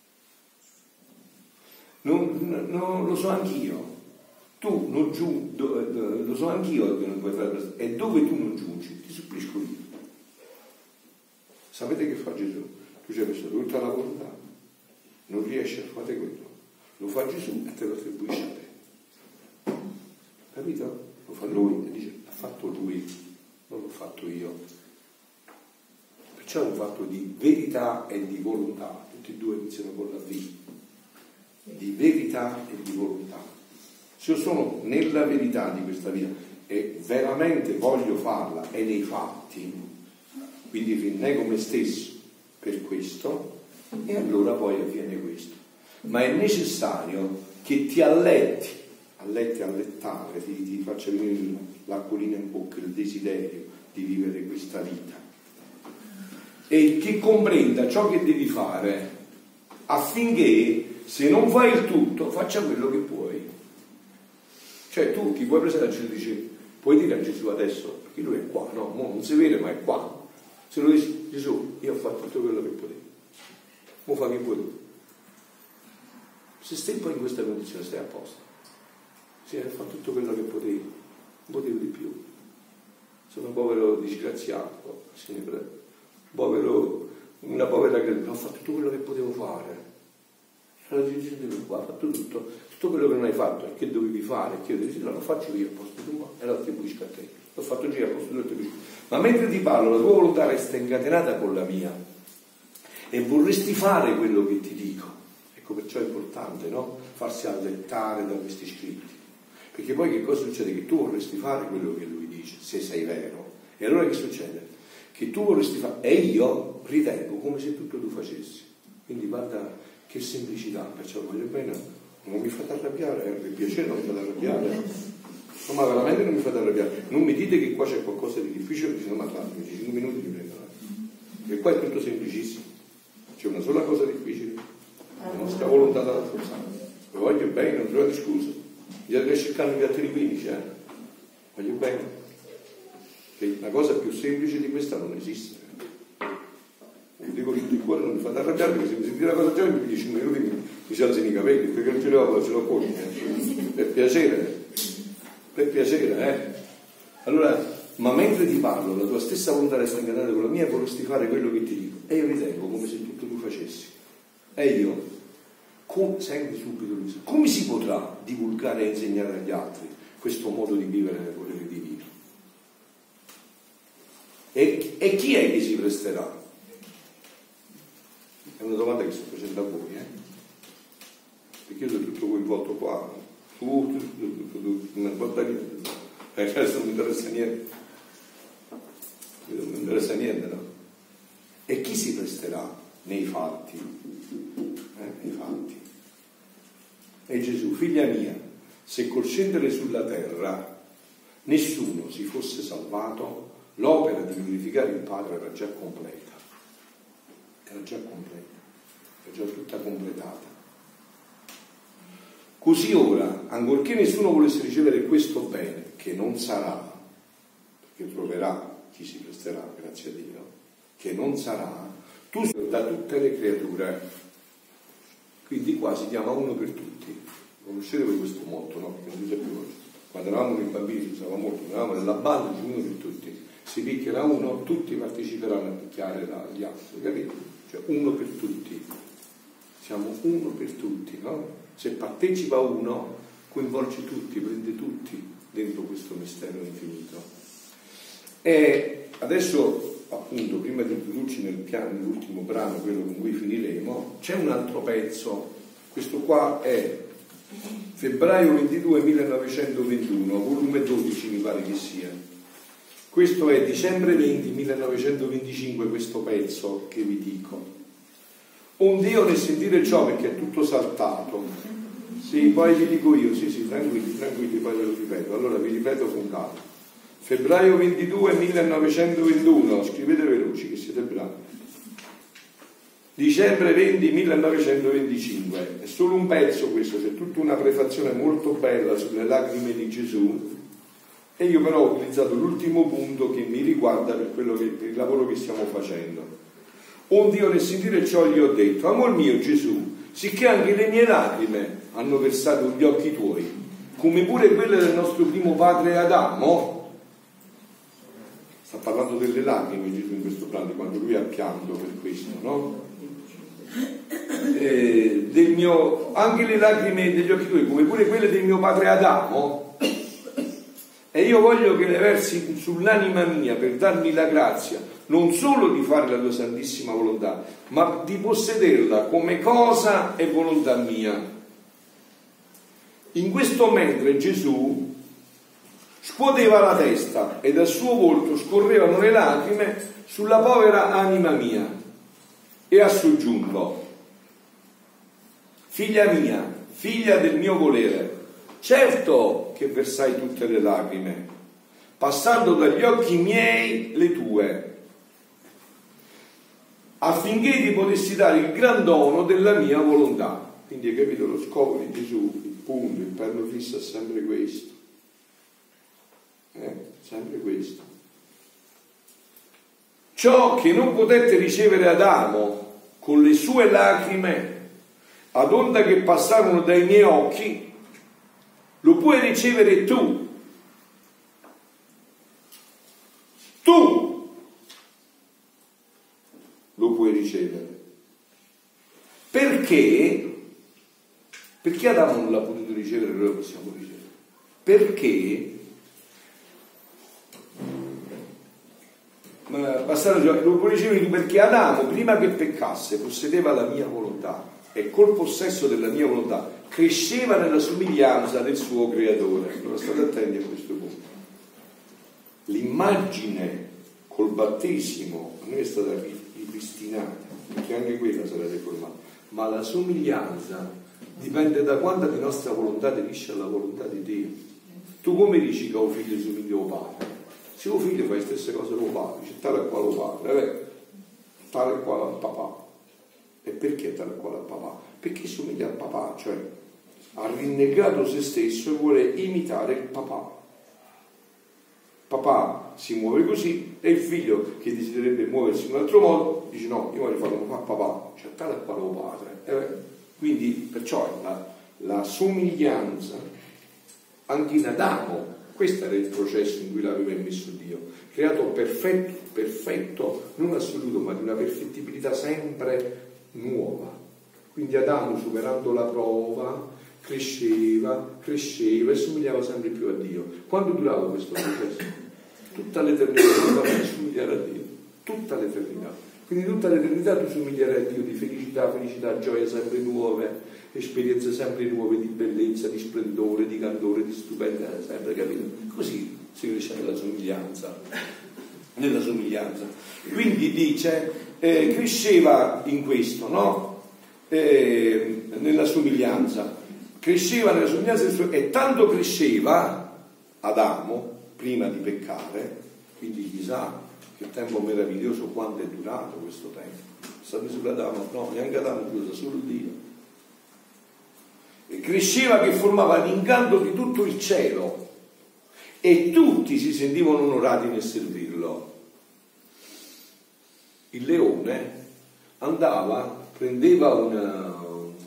Non lo so anch'io. Tu non lo so anch'io che non puoi fare, e dove tu non giungi, ti supplisco io. Sapete che fa Gesù? Tu ci hai messo tutta la volontà, non riesci a fare quello, lo fa Gesù e te lo attribuisce a te. Capito? Lo fa lui e dice: l'ha fatto lui, non l'ho fatto io. Perciò è un fatto di verità e di volontà, tutti e due iniziano con la V, di verità e di volontà. Se io sono nella verità di questa vita e veramente voglio farla e nei fatti, quindi rinnego me stesso per questo, e allora poi avviene questo. Ma è necessario che ti allettare, ti faccia venire l'acquolina in bocca, il desiderio di vivere questa vita, e che comprenda ciò che devi fare, affinché se non fai il tutto faccia quello che puoi. Cioè tu ti puoi presentare a Gesù e dici, puoi dire a Gesù adesso, perché lui è qua, no? Mo non si vede ma è qua. Se lo dici, Gesù, io ho fatto tutto quello che potevo, mo fa che vuoi tu. Se stai poi in questa condizione stai a posto. Sì, ho fatto tutto quello che potevo, non potevo di più. Sono un povero disgraziato, una povera che ho fatto tutto quello che potevo fare. Allora dice, ha fatto tutto quello che non hai fatto e che dovevi fare, che io devi dire, no, lo faccio io a posto tuo e lo attribuisco a te. L'ho fatto io a posto tuo e attribuisco. Ma mentre ti parlo, la tua volontà resta incatenata con la mia e vorresti fare quello che ti dico. Ecco, perciò è importante, no? Farsi allettare da questi scritti. Perché poi che cosa succede? Che tu vorresti fare quello che lui dice, se sei vero. E allora che succede? Che tu vorresti fare, e io ritengo come se tutto tu facessi. Quindi guarda che semplicità, perciò voglio bene, non mi fate arrabbiare, per piacere non mi fate arrabbiare. No, ma veramente non mi fate arrabbiare. Non mi dite che qua c'è qualcosa di difficile, dice, no, ma guarda, 5 minuti mi prendono. E qua è tutto semplicissimo. C'è una sola cosa difficile, la nostra volontà da forzare. Lo voglio bene, non trovate scusa. Bisogna cercare i gattini clinici, voglio bene. Che una cosa più semplice di questa non esiste. Mi dico tutto il cuore, non mi fate arrabbiare, perché se mi sentite una cosa già mi 10 minuti mi si alzano i capelli, perché non ce l'ho poi, per piacere, Allora, ma mentre ti parlo, la tua stessa volontà resta incatenata con la mia, vorresti fare quello che ti dico, e io ritengo come se tutto tu facessi. E io, senti subito lui, come si potrà divulgare e insegnare agli altri questo modo di vivere nel volere divino? E chi è che si presterà? È una domanda che sto facendo a voi, perché io sono tutto coinvolto qua, una volta niente, adesso non mi interessa niente, non mi interessa niente, no? E chi si presterà nei fatti? Nei fatti. E Gesù, figlia mia, se col scendere sulla terra nessuno si fosse salvato, l'opera di glorificare il Padre era già completa. Era già tutta completata. Così ora, ancorché nessuno volesse ricevere questo bene, che non sarà, perché troverà chi si presterà, grazie a Dio, che non sarà, tu sei da tutte le creature. Quindi qua si chiama uno per tutti. Conoscete voi questo motto, no? Perché non si più. Quando eravamo dei bambini si usava molto, eravamo nella banda di uno per tutti. Si picchierà uno, tutti parteciperanno a picchiare gli altri, capito? Cioè uno per tutti, siamo uno per tutti, no? Se partecipa uno, coinvolge tutti, prende tutti dentro questo mistero infinito. E adesso, appunto, prima di introdurci nell'ultimo brano, quello con cui finiremo, c'è un altro pezzo. Questo qua è febbraio 22 1921, volume 12 mi pare che sia. Questo è dicembre 20 1925, questo pezzo che vi dico. Onde io nel sentire ciò, perché è tutto saltato, sì, poi vi dico io, sì, tranquilli, poi ve lo ripeto, allora vi ripeto con calma. Febbraio 22 1921, scrivete veloci che siete bravi. Dicembre 20 1925, è solo un pezzo questo, c'è tutta una prefazione molto bella sulle lacrime di Gesù. E io però ho utilizzato l'ultimo punto che mi riguarda per il lavoro che stiamo facendo. Onde io nel sentire ciò gli ho detto, amor mio Gesù, sicché anche le mie lacrime hanno versato gli occhi tuoi, come pure quelle del nostro primo padre Adamo. Sta parlando delle lacrime Gesù in questo brano, quando lui ha pianto per questo, no? Anche le lacrime degli occhi tuoi, come pure quelle del mio padre Adamo. E io voglio che le versi sull'anima mia per darmi la grazia non solo di fare la tua santissima volontà, ma di possederla come cosa e volontà mia. In questo mentre Gesù scuoteva la testa e dal suo volto scorrevano le lacrime sulla povera anima mia, e ha soggiunto: figlia mia, figlia del mio volere, certo che versai tutte le lacrime, passando dagli occhi miei le tue, affinché ti potessi dare il gran dono della mia volontà. Quindi hai capito lo scopo di Gesù, il punto, il perno fisso è sempre questo. Sempre questo. Ciò che non potette ricevere Adamo con le sue lacrime, ad onda che passarono dai miei occhi, lo puoi ricevere tu. Tu lo puoi ricevere. Perché? Perché Adamo non l'ha potuto ricevere e noi lo possiamo ricevere? Perché lo puoi ricevere tu, perché Adamo, prima che peccasse, possedeva la mia volontà e col possesso della mia volontà cresceva nella somiglianza del suo creatore. Allora state attenti a questo punto. L'immagine col battesimo a noi è stata ripristinata, perché anche quella sarà deformata, ma la somiglianza dipende da quanta di nostra volontà aderisce alla volontà di Dio. Tu come dici che ho figlio somiglia al padre? Se tuo figlio fa le stesse cose con padre, c'è tale e quale padre, tale e quale al papà. E perché tale e quale al papà? Perché somiglia al papà, cioè ha rinnegato se stesso e vuole imitare il papà. Papà si muove così e il figlio che desidererebbe muoversi in un altro modo dice no, io voglio fare come fa papà, cioè tale e quale padre. Quindi perciò la somiglianza anche in Adamo. Questo era il processo in cui l'aveva messo Dio, creato perfetto, non assoluto, ma di una perfettibilità sempre nuova. Quindi Adamo, superando la prova, cresceva e somigliava sempre più a Dio. Quando durava questo processo? Tutta l'eternità per somigliare a Dio, tutta l'eternità. Quindi tutta l'eternità tu somiglierai a Dio, di felicità, gioie sempre nuove, esperienze sempre nuove di bellezza, di splendore, di candore, di stupenda, sempre, capito? Così si cresce nella somiglianza. Quindi dice, cresceva in questo, no? Nella somiglianza. Cresceva nella somiglianza e tanto cresceva Adamo prima di peccare, quindi chissà che tempo meraviglioso, quanto è durato questo tempo. Sta misura Adamo? No, neanche Adamo usa, solo Dio. E cresceva che formava l'incanto di tutto il cielo e tutti si sentivano onorati nel servirlo. Il leone andava, prendeva una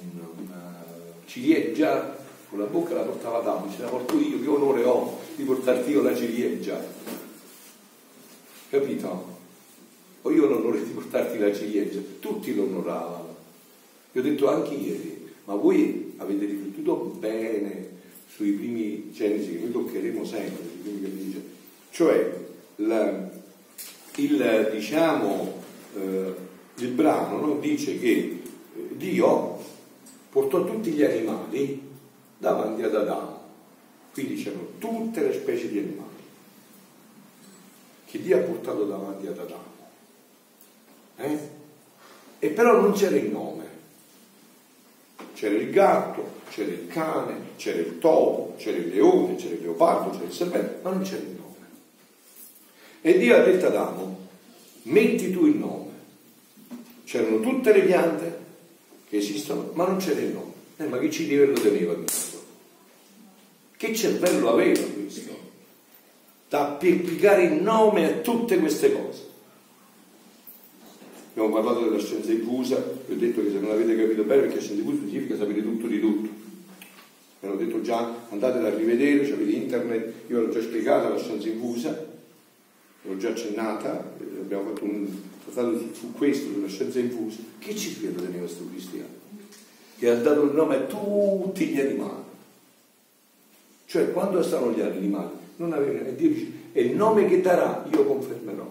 ciliegia con la bocca, la portava ad Adamo, ce la porto io, che onore ho di portarti io la ciliegia, capito? O io ho l'onore di portarti la ciliegia, tutti lo onoravano. Vi ho detto anche ieri, ma voi avete riflettuto bene sui primi Genesi, che noi toccheremo sempre, sui primi capitoli, cioè il brano, no? Dice che Dio portò tutti gli animali davanti ad Adamo, quindi c'erano tutte le specie di animali che Dio ha portato davanti ad Adamo, e però non c'era il nome. C'era il gatto, c'era il cane, c'era il topo, c'era il leone, c'era il leopardo, c'era il serpente, ma non c'era il nome. E Dio ha detto ad Adamo: metti tu il nome. C'erano tutte le piante che esistono, ma non c'era il nome. Ma che cervello teneva questo? Che cervello aveva questo? Da applicare il nome a tutte queste cose. Abbiamo parlato della scienza diffusa, vi ho detto che se non avete capito bene, perché scienza diffusa significa sapere tutto di tutto. Ve l'ho detto già, andate a rivedere, avete internet, io l'ho già spiegata la scienza diffusa, l'ho già accennata, abbiamo fatto un trattato su questo, sulla scienza infusa. Che cervello teneva questo cristiano? Che ha dato il nome a tutti gli animali. Cioè, quando stanno gli animali, non avevano, e Dio dice, è il nome che darà, io confermerò.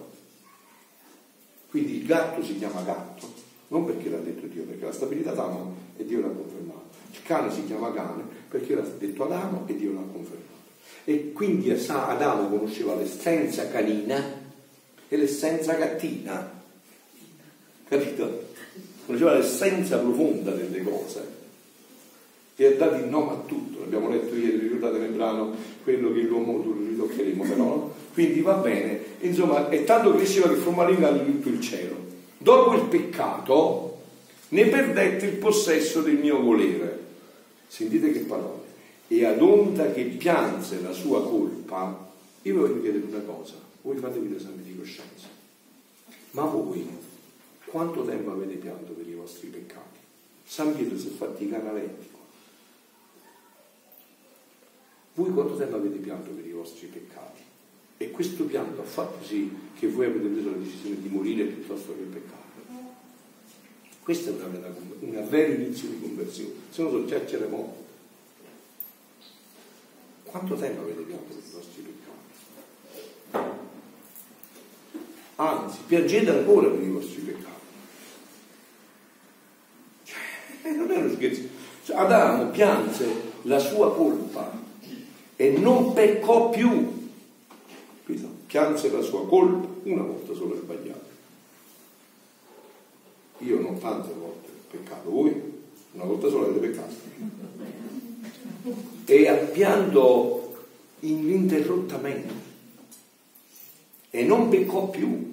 Quindi il gatto si chiama gatto, non perché l'ha detto Dio, perché la stabilità d'amo e Dio l'ha confermato. Il cane si chiama cane perché l'ha detto Adamo e Dio l'ha confermato. E quindi Adamo conosceva l'essenza canina e l'essenza gattina, capito? Conosceva l'essenza profonda delle cose e ha dato il nome a tutto. L'abbiamo letto ieri, ricordate nel brano quello che l'uomo ritoccheremo, però no? Quindi va bene, insomma, e tanto cresceva che formalinga tutto il cielo. Dopo il peccato ne perdette il possesso del mio volere. Sentite che parole. E ad onda che pianse la sua colpa, io vi voglio chiedere una cosa, voi fatevi l'esame di coscienza, ma voi quanto tempo avete pianto per i vostri peccati? San Pietro si è fatti canaletti. Voi quanto tempo avete pianto per i vostri peccati? E questo pianto ha fatto sì che voi avete preso la decisione di morire piuttosto che peccare. Questo è un vero inizio di conversione, se no già c'era morto. Quanto tempo avete pianto per i vostri peccati? Anzi, piangete ancora per i vostri peccati. Non è uno scherzo. Adamo pianse la sua colpa e non peccò più. Pianse la sua colpa una volta solo è sbagliato. Io non tante volte ho peccato, voi una volta sola avete peccato. E ha pianto ininterrottamente e non peccò più.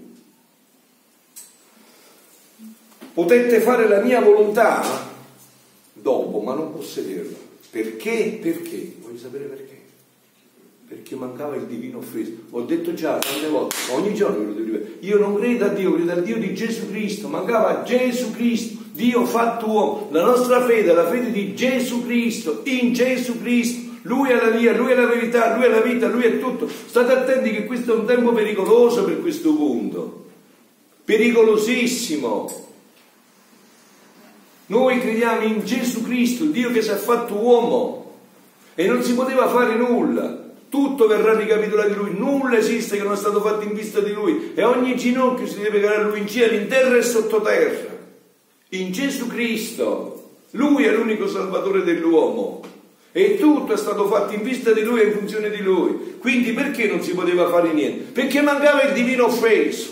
Potette fare la mia volontà dopo, ma non possederla. Perché? Perché? Voglio sapere perché. Perché mancava il divino offeso. Ho detto già tante volte, ogni giorno ve lo devo ripetere. Io non credo a Dio, credo al Dio di Gesù Cristo. Mancava Gesù Cristo, Dio fatto uomo. La nostra fede è la fede di Gesù Cristo, in Gesù Cristo. Lui è la via, Lui è la verità, Lui è la vita, Lui è tutto. State attenti che questo è un tempo pericoloso per questo punto. Pericolosissimo. Noi crediamo in Gesù Cristo, Dio che si è fatto uomo e non si poteva fare nulla. Tutto verrà ricapitolato di Lui, nulla esiste che non è stato fatto in vista di Lui e ogni ginocchio si deve piegare a Lui in cielo, in terra e sottoterra. In Gesù Cristo, Lui è l'unico Salvatore dell'uomo e tutto è stato fatto in vista di Lui e in funzione di Lui. Quindi perché non si poteva fare niente? Perché mancava il divino offeso,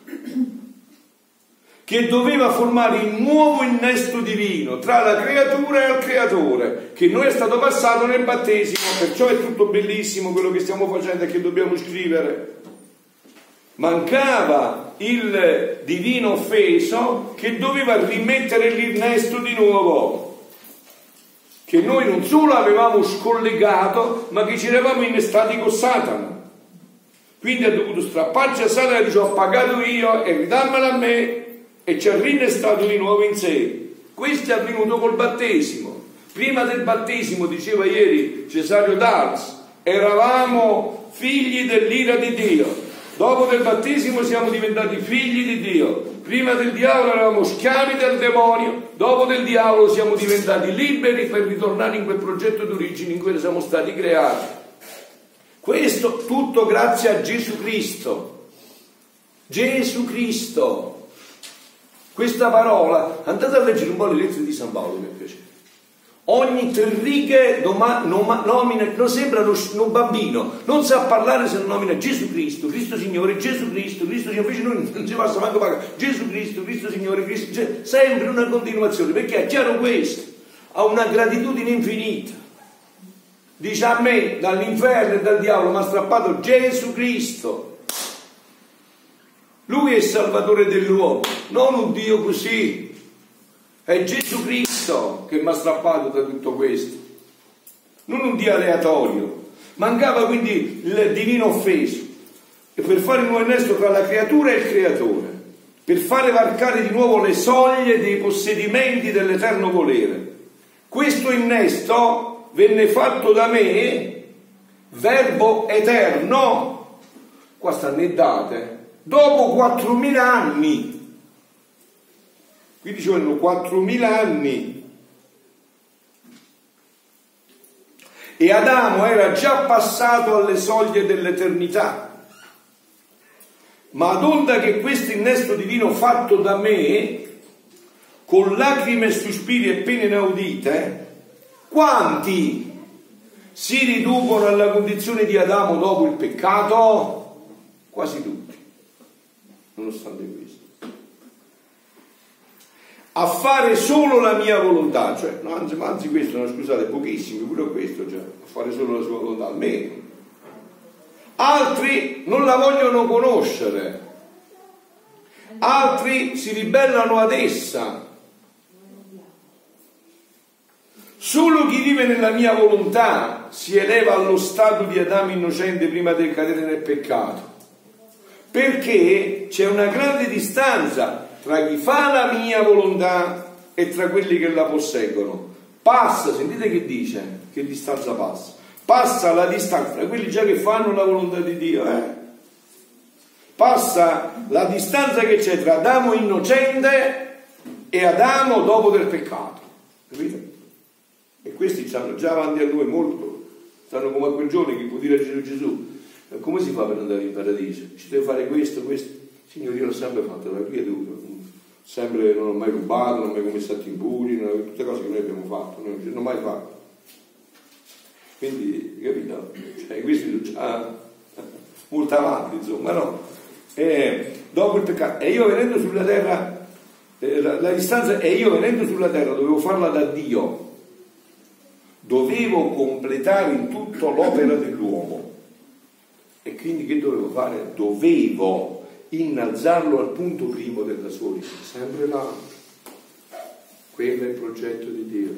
che doveva formare il nuovo innesto divino tra la creatura e il creatore, che noi è stato passato nel battesimo, perciò è tutto bellissimo quello che stiamo facendo e che dobbiamo scrivere. Mancava il divino offeso che doveva rimettere l'innesto di nuovo, che noi non solo avevamo scollegato, ma che ci eravamo innestati con Satana. Quindi ha dovuto strapparci a Satana e dice: ho pagato io e ridammelo a me. E ci ha rinnestato di nuovo in sé. Questo è avvenuto col battesimo. Prima del battesimo, diceva ieri Cesario d'Ars, eravamo figli dell'ira di Dio. Dopo del battesimo siamo diventati figli di Dio. Prima del diavolo eravamo schiavi del demonio. Dopo del diavolo siamo diventati liberi per ritornare in quel progetto d'origine in cui siamo stati creati. Questo tutto grazie a Gesù Cristo. Gesù Cristo. Questa parola, andate a leggere un po' le lettere di San Paolo, per piacere. Ogni tre righe nomina, non sembra un bambino, non sa parlare se non nomina Gesù Cristo, Cristo Signore, Gesù Cristo, Cristo Signore, invece noi non ci basta manco pagare, Gesù Cristo, Cristo Signore, Cristo, cioè, sempre una continuazione, perché è chiaro questo, ha una gratitudine infinita. Dice: a me dall'inferno e dal diavolo mi ha strappato Gesù Cristo. Lui è il Salvatore dell'uomo, non un Dio così. È Gesù Cristo che mi ha strappato da tutto questo, non un Dio aleatorio. Mancava quindi il divino offeso, e per fare un nuovo innesto tra la creatura e il creatore, per fare varcare di nuovo le soglie dei possedimenti dell'eterno volere. Questo innesto venne fatto da me, verbo eterno, qua stanno le date, dopo 4.000 anni. Quindi ci vogliono 4.000 anni. E Adamo era già passato alle soglie dell'eternità. Ma ad onda che questo innesto divino fatto da me, con lacrime, sospiri e pene inaudite, Quanti si riducono alla condizione di Adamo dopo il peccato? Quasi tutti, nonostante questo. A fare solo la mia volontà, cioè, no, anzi questo, no, scusate, pochissimi, pure questo, cioè, a fare solo la sua volontà, almeno. Altri non la vogliono conoscere, altri si ribellano ad essa. Solo chi vive nella mia volontà si eleva allo stato di Adamo innocente prima del cadere nel peccato, perché c'è una grande distanza tra chi fa la mia volontà e tra quelli che la posseggono. Passa, sentite che dice, che distanza passa? Passa la distanza tra quelli già che fanno la volontà di Dio, Passa la distanza che c'è tra Adamo innocente e Adamo dopo del peccato, capite? E questi stanno già avanti a noi molto, stanno come a quel giorno che può dire a Gesù, come si fa per andare in paradiso? Ci deve fare questo? Signore, io l'ho sempre fatto da creatura, sempre non ho mai rubato, non ho mai commesso atti impuri, tutte cose che noi abbiamo fatto, non ho mai fatto. Quindi, capito? Cioè, questi sono già molto avanti, insomma, no? Dopo il peccato, e io venendo sulla terra, la distanza, e io venendo sulla terra dovevo farla da Dio, dovevo completare in tutto l'opera dell'uomo. E quindi che dovevo fare? Dovevo innalzarlo al punto primo della sua vita, sempre là. Quello è il progetto di Dio,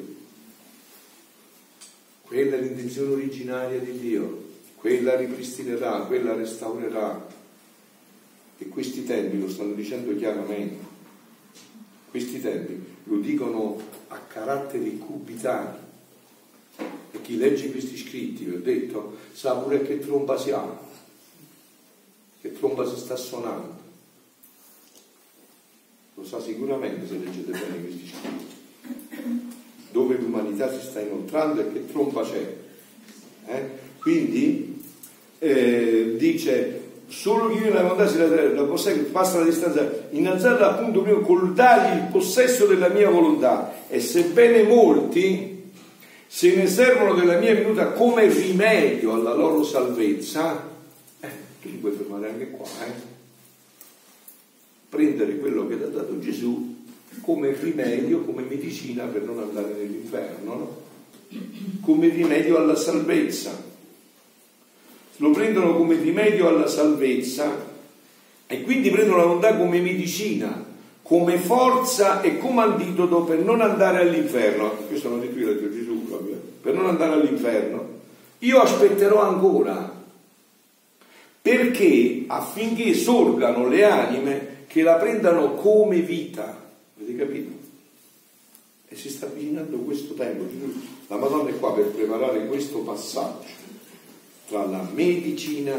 quella è l'intenzione originaria di Dio, quella ripristinerà, quella restaurerà. E questi tempi lo stanno dicendo chiaramente, questi tempi lo dicono a caratteri cubitali, e chi legge questi scritti, vi ho detto, sa pure che tromba si ha, che tromba si sta suonando, lo sa sicuramente se leggete bene questi scritti, dove l'umanità si sta inoltrando e che tromba c'è. Quindi dice solo chi vive nella volontà la possegge, passa la distanza, innalzarla appunto prima col dargli il possesso della mia volontà, e sebbene molti se ne servono della mia venuta come rimedio alla loro salvezza, tu ti puoi fermare anche qua, prendere quello che ti ha dato Gesù come rimedio, come medicina per non andare nell'inferno, no? Come rimedio alla salvezza. Lo prendono come rimedio alla salvezza e quindi prendono la volontà come medicina, come forza e come antidoto per non andare all'inferno. Questo non è qui detto Gesù proprio, per non andare all'inferno. Io aspetterò ancora, perché affinché sorgano le anime che la prendano come vita. Avete capito? E si sta avvicinando questo tempo. La Madonna è qua per preparare questo passaggio tra la medicina,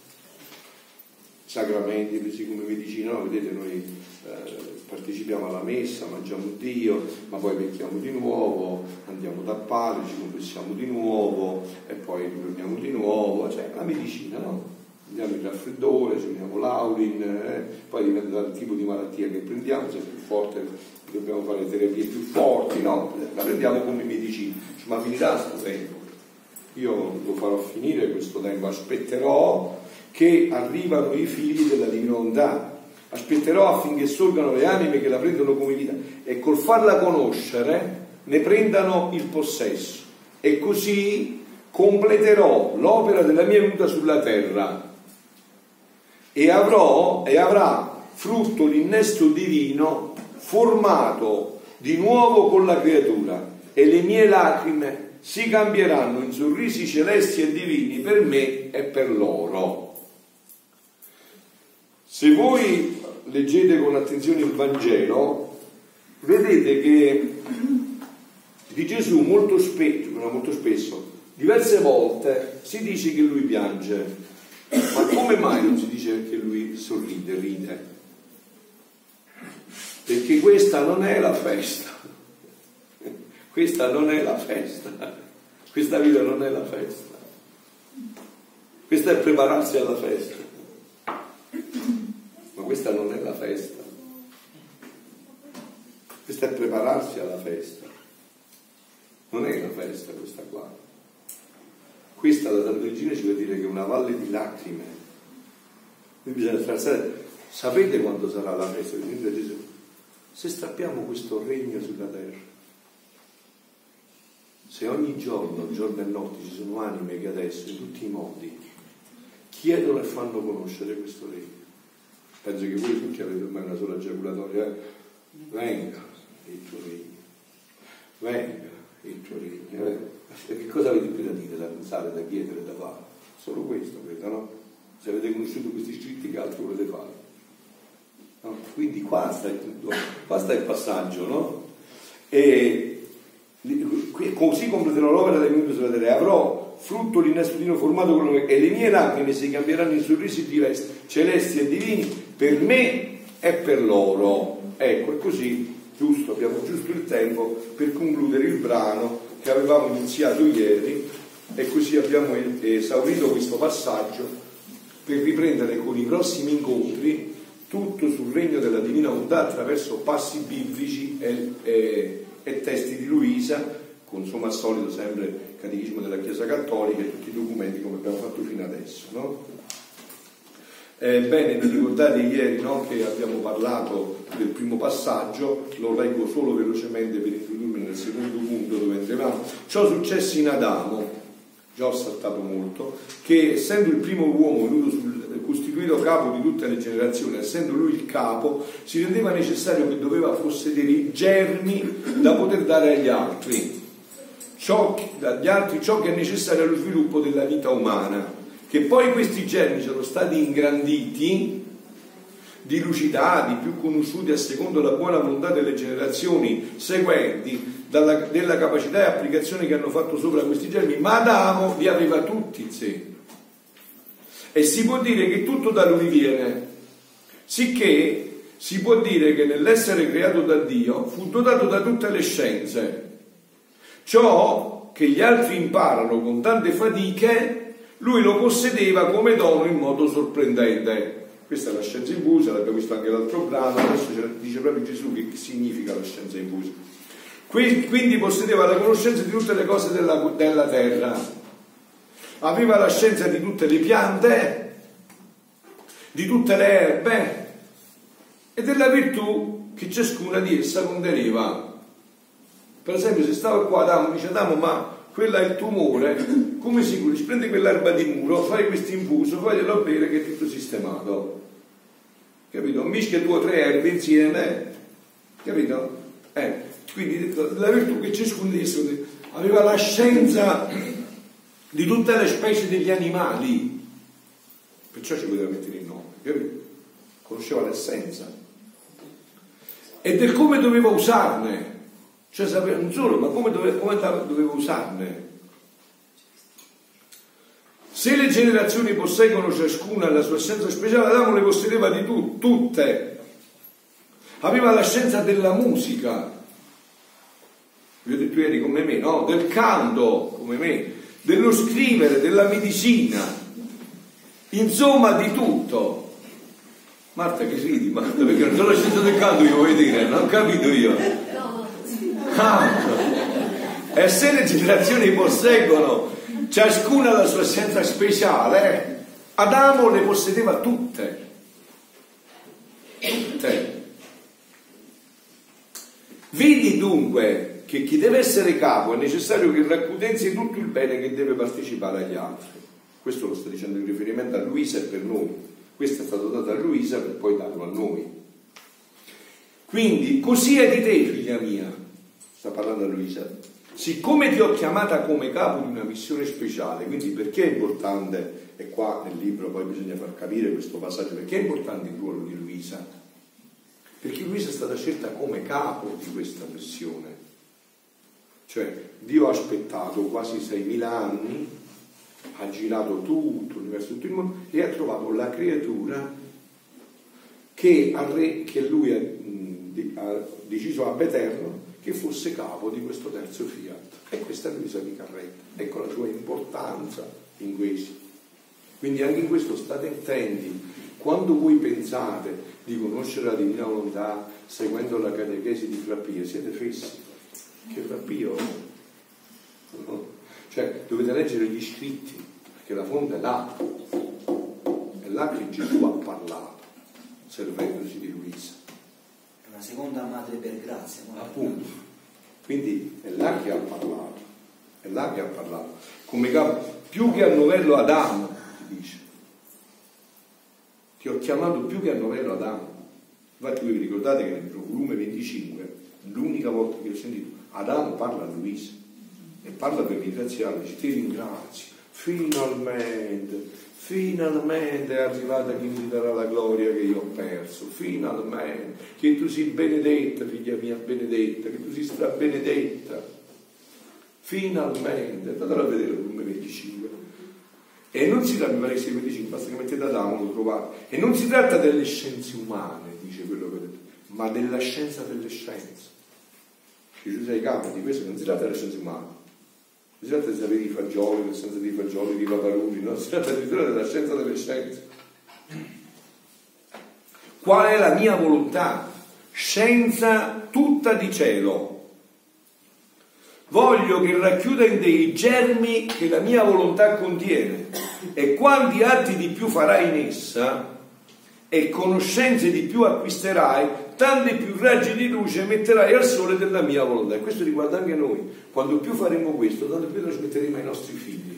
sacramenti presi come medicina, no? Vedete, noi partecipiamo alla messa, mangiamo Dio, ma poi pecchiamo di nuovo, andiamo da padre, ci confessiamo di nuovo e poi ritorniamo di nuovo, cioè la medicina, no? Andiamo in raffreddore, ci prendiamo l'Aulin, poi dipende dal tipo di malattia che prendiamo, se è più forte dobbiamo fare terapie più forti, no? La prendiamo come medicina, ma finirà questo tempo. Io lo farò finire questo tempo, aspetterò che arrivano i figli della divina volontà, aspetterò affinché sorgano le anime che la prendono come vita e col farla conoscere ne prendano il possesso, e così completerò l'opera della mia venuta sulla terra e avrà frutto l'innesto divino formato di nuovo con la creatura, e le mie lacrime si cambieranno in sorrisi celesti e divini per me e per loro. Se voi leggete con attenzione il Vangelo, vedete che di Gesù molto spesso, diverse volte, si dice che lui piange. Ma come mai non si dice che lui sorride, ride? Perché questa non è la festa. Questa non è la festa, questa vita non è la festa, questa è prepararsi alla festa, ma questa non è la festa, questa è prepararsi alla festa. Non è una festa questa qua. Questa la Santa Regina ci vuol dire che è una valle di lacrime. Qui bisogna attraversare. Sapete quando sarà la festa di Gesù? Se strappiamo questo regno sulla terra. Se ogni giorno e notte ci sono anime che adesso in tutti i modi chiedono e fanno conoscere questo regno. Penso che voi tutti avete ormai una sola giaculatoria. Venga il tuo regno, venga il tuo regno. Che cosa avete più da dire, da pensare, da chiedere, da fare? Solo questo, credo, no? Se avete conosciuto questi scritti, che altro volete fare? No? Quindi qua sta il passaggio, no? E così completerò l'opera del mio sulla terra, avrò frutto l'innestutino formato con me, e le mie lacrime si cambieranno in sorrisi celesti e divini per me e per loro. Ecco, è così, giusto, abbiamo giusto il tempo per concludere il brano che avevamo iniziato ieri, e così abbiamo esaurito questo passaggio per riprendere con i prossimi incontri tutto sul regno della divina volontà attraverso passi biblici e testi di Luisa, con insomma al solito sempre il Catechismo della Chiesa Cattolica e tutti i documenti come abbiamo fatto fino adesso, no? Bene, vi ricordate ieri, no, che abbiamo parlato del primo passaggio, lo leggo solo velocemente per introdurmi nel secondo punto dove entreremo. Ciò successe in Adamo, già ho saltato molto, che essendo il primo uomo costituito capo di tutte le generazioni, essendo lui il capo, si rendeva necessario che doveva possedere i germi da poter dare agli altri. Ciò che è necessario allo sviluppo della vita umana, che poi questi germi sono stati ingranditi, dilucidati, più conosciuti a secondo la buona volontà delle generazioni seguenti, della capacità e applicazione che hanno fatto sopra questi germi, ma Adamo li aveva tutti in sé. E si può dire che tutto da lui viene, sicché si può dire che nell'essere creato da Dio fu dotato da tutte le scienze. Ciò che gli altri imparano con tante fatiche, lui lo possedeva come dono in modo sorprendente. Questa è la scienza infusa, l'abbiamo visto anche l'altro brano, adesso dice proprio Gesù che significa la scienza infusa. Quindi possedeva la conoscenza di tutte le cose della terra, aveva la scienza di tutte le piante, di tutte le erbe e della virtù che ciascuna di essa conteneva. Per esempio, se stava qua Adamo, dice Adamo, ma quella è il tumore, come si cura? Prendi quell'erba di muro, fai questo infuso, faglielo bere che è tutto sistemato, capito? Mischia 2 o 3 erbe insieme, capito? Quindi la virtù che ciascuno di esse aveva la scienza di tutte le specie degli animali, perciò ci poteva mettere il nome, capito? Conosceva l'essenza e del come doveva usarne. Cioè sapeva non solo, ma come doveva usarne. Se le generazioni posseggono ciascuna la sua scienza speciale, Adamo le possedeva di tutte. Aveva la scienza della musica, vi ho detto ieri come me, no? Del canto come me, dello scrivere, della medicina, insomma di tutto. Marta, che ridi, Marta, perché non sono la scienza del canto, io voglio dire, non ho capito io. E se le generazioni posseggono ciascuna la sua scienza speciale, Adamo le possedeva tutte. Vedi dunque che chi deve essere capo è necessario che raccontenzia tutto il bene che deve partecipare agli altri. Questo lo sto dicendo in riferimento a Luisa e per noi. Questo è stato dato a Luisa per poi darlo a noi. Quindi così è di te, figlia mia, sta parlando a Luisa, siccome ti ho chiamata come capo di una missione speciale. Quindi perché è importante, e qua nel libro poi bisogna far capire questo passaggio, perché è importante il ruolo di Luisa? Perché Luisa è stata scelta come capo di questa missione. Cioè Dio ha aspettato quasi 6.000 anni, ha girato tutto l'universo, tutto il mondo, e ha trovato la creatura che lui ha deciso ab eterno che fosse capo di questo terzo fiat. E questa è Luisa Picarretta. Ecco la sua importanza in questo. Quindi anche in questo state attenti. Quando voi pensate di conoscere la divina volontà seguendo la catechesi di Frappia, siete fessi. Che Frappio Cioè, dovete leggere gli scritti, perché la fonte è là. È là che Gesù ha parlato, servendosi di Luisa. È una seconda madre per grazia. Appunto. Quindi è là che ha parlato. È là che ha parlato. Come capo, più che al novello Adamo, ti dice. Ti ho chiamato più che al novello Adamo. Infatti voi vi ricordate che nel volume 25, l'unica volta che ho sentito, Adamo parla a Luisa e parla per ringraziarla, dice: ti ringrazio, finalmente è arrivata chi mi darà la gloria che io ho perso, finalmente, che tu sei benedetta, figlia mia benedetta, che tu sei strabenedetta, finalmente. Andatelo a vedere il volume 25. E non si tratta, mi pare che sia 25, basta che mettete Adamo, lo trovate. E non si tratta delle scienze umane, dice quello che ho detto, ma della scienza delle scienze. Gesù sei capo di questo, non si tratta delle scienze umane, non si tratta di sapere i fagioli, l'essenza dei fagioli, di paparoni, no? Si tratta addirittura della scienza delle scienze. Qual è la mia volontà? Scienza tutta di cielo. Voglio che racchiuda in te i germi che la mia volontà contiene, e quanti atti di più farai in essa e conoscenze di più acquisterai, tanti più raggi di luce metterai al sole della mia volontà. E questo riguarda anche noi. Quando più faremo questo, tanto più trasmetteremo ai nostri figli.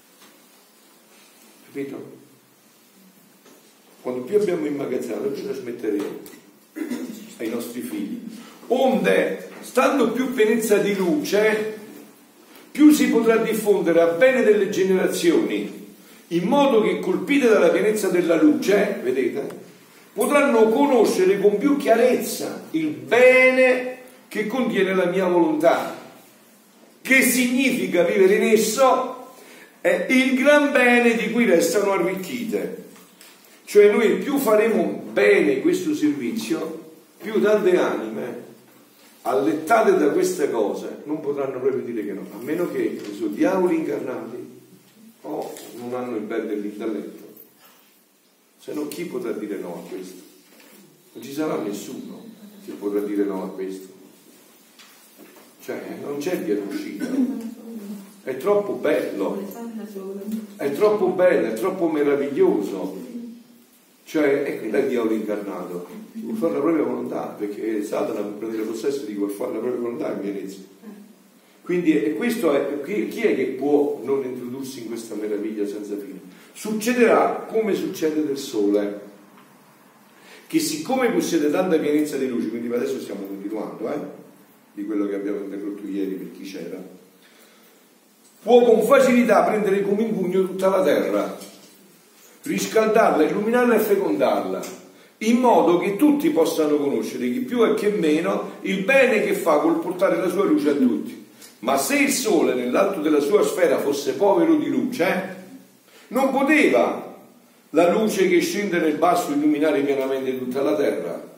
Capito? Quando più abbiamo immagazzato, più trasmetteremo ai nostri figli. Onde, stando più pienezza di luce, più si potrà diffondere a bene delle generazioni, in modo che, colpite dalla pienezza della luce, vedete, potranno conoscere con più chiarezza il bene che contiene la mia volontà, che significa vivere in esso, è il gran bene di cui restano arricchite. Cioè noi più faremo bene questo servizio, più tante anime allettate da queste cose non potranno proprio dire che no, a meno che sono diavoli incarnati o non hanno il bel dell'intelletto. Se no, chi potrà dire no a questo? Non ci sarà nessuno che potrà dire no a questo. Cioè, non c'è via d'uscita. È troppo bello, è troppo bello, è troppo meraviglioso. Cioè, è qui il diavolo incarnato, vuol fare la propria volontà, perché Satana può prendere possesso di vuol fare la propria volontà in pienezza. Quindi e questo è, chi è che può non introdursi in questa meraviglia senza fine? Succederà come succede del sole, che siccome possiede tanta pienezza di luce, quindi adesso stiamo continuando di quello che abbiamo interrotto ieri per chi c'era, può con facilità prendere come in pugno tutta la terra, riscaldarla, illuminarla e fecondarla, in modo che tutti possano conoscere, chi più e chi meno, il bene che fa col portare la sua luce a tutti. Ma se il sole nell'alto della sua sfera fosse povero di luce, non poteva la luce che scende nel basso illuminare pienamente tutta la terra.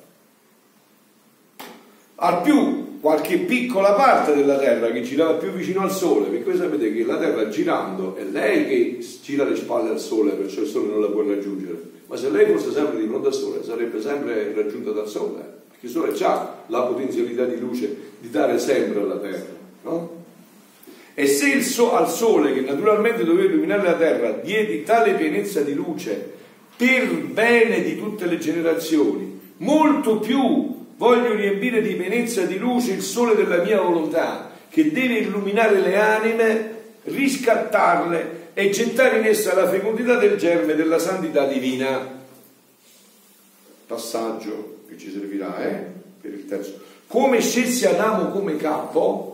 Al più qualche piccola parte della terra che girava più vicino al sole, perché voi sapete che la terra girando è lei che gira le spalle al sole, perciò il sole non la può raggiungere. Ma se lei fosse sempre di fronte al sole sarebbe sempre raggiunta dal sole, perché il sole ha la potenzialità di luce di dare sempre alla terra, no? E se al sole, che naturalmente doveva illuminare la terra, diedi tale pienezza di luce per bene di tutte le generazioni, molto più voglio riempire di pienezza di luce il sole della mia volontà, che deve illuminare le anime, riscattarle e gettare in essa la fecondità del germe della santità divina. Passaggio che ci servirà per il terzo. Come scelsi Adamo come capo,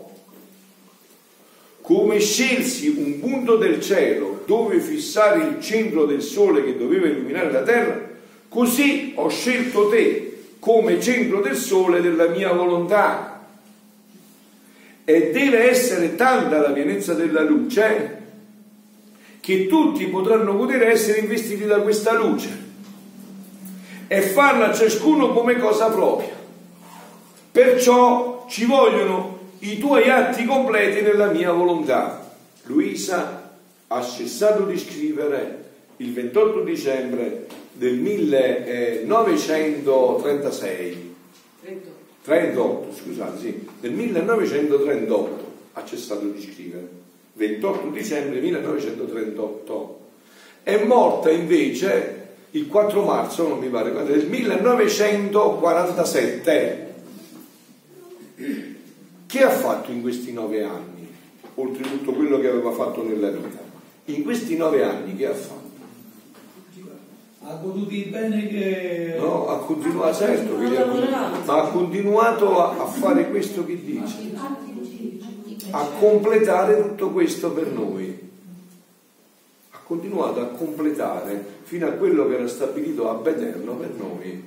come scelsi un punto del cielo dove fissare il centro del sole che doveva illuminare la terra, così ho scelto te come centro del sole della mia volontà. E deve essere tanta la pienezza della luce che tutti potranno poter essere investiti da questa luce e farla ciascuno come cosa propria. Perciò ci vogliono i tuoi atti completi nella mia volontà. Luisa ha cessato di scrivere il 28 dicembre del 1936 38, scusate, sì, del 1938 ha cessato di scrivere, 28 dicembre 1938. È morta invece il 4 marzo, non mi pare, del 1947. Che ha fatto in questi 9 anni? Oltretutto quello che aveva fatto nella vita. In questi 9 anni che ha fatto? Ha goduto il bene che... No, ha continuato, certo, ma ha continuato a fare questo che dice, a completare tutto questo per noi. Ha continuato a completare fino a quello che era stabilito ab eterno per noi.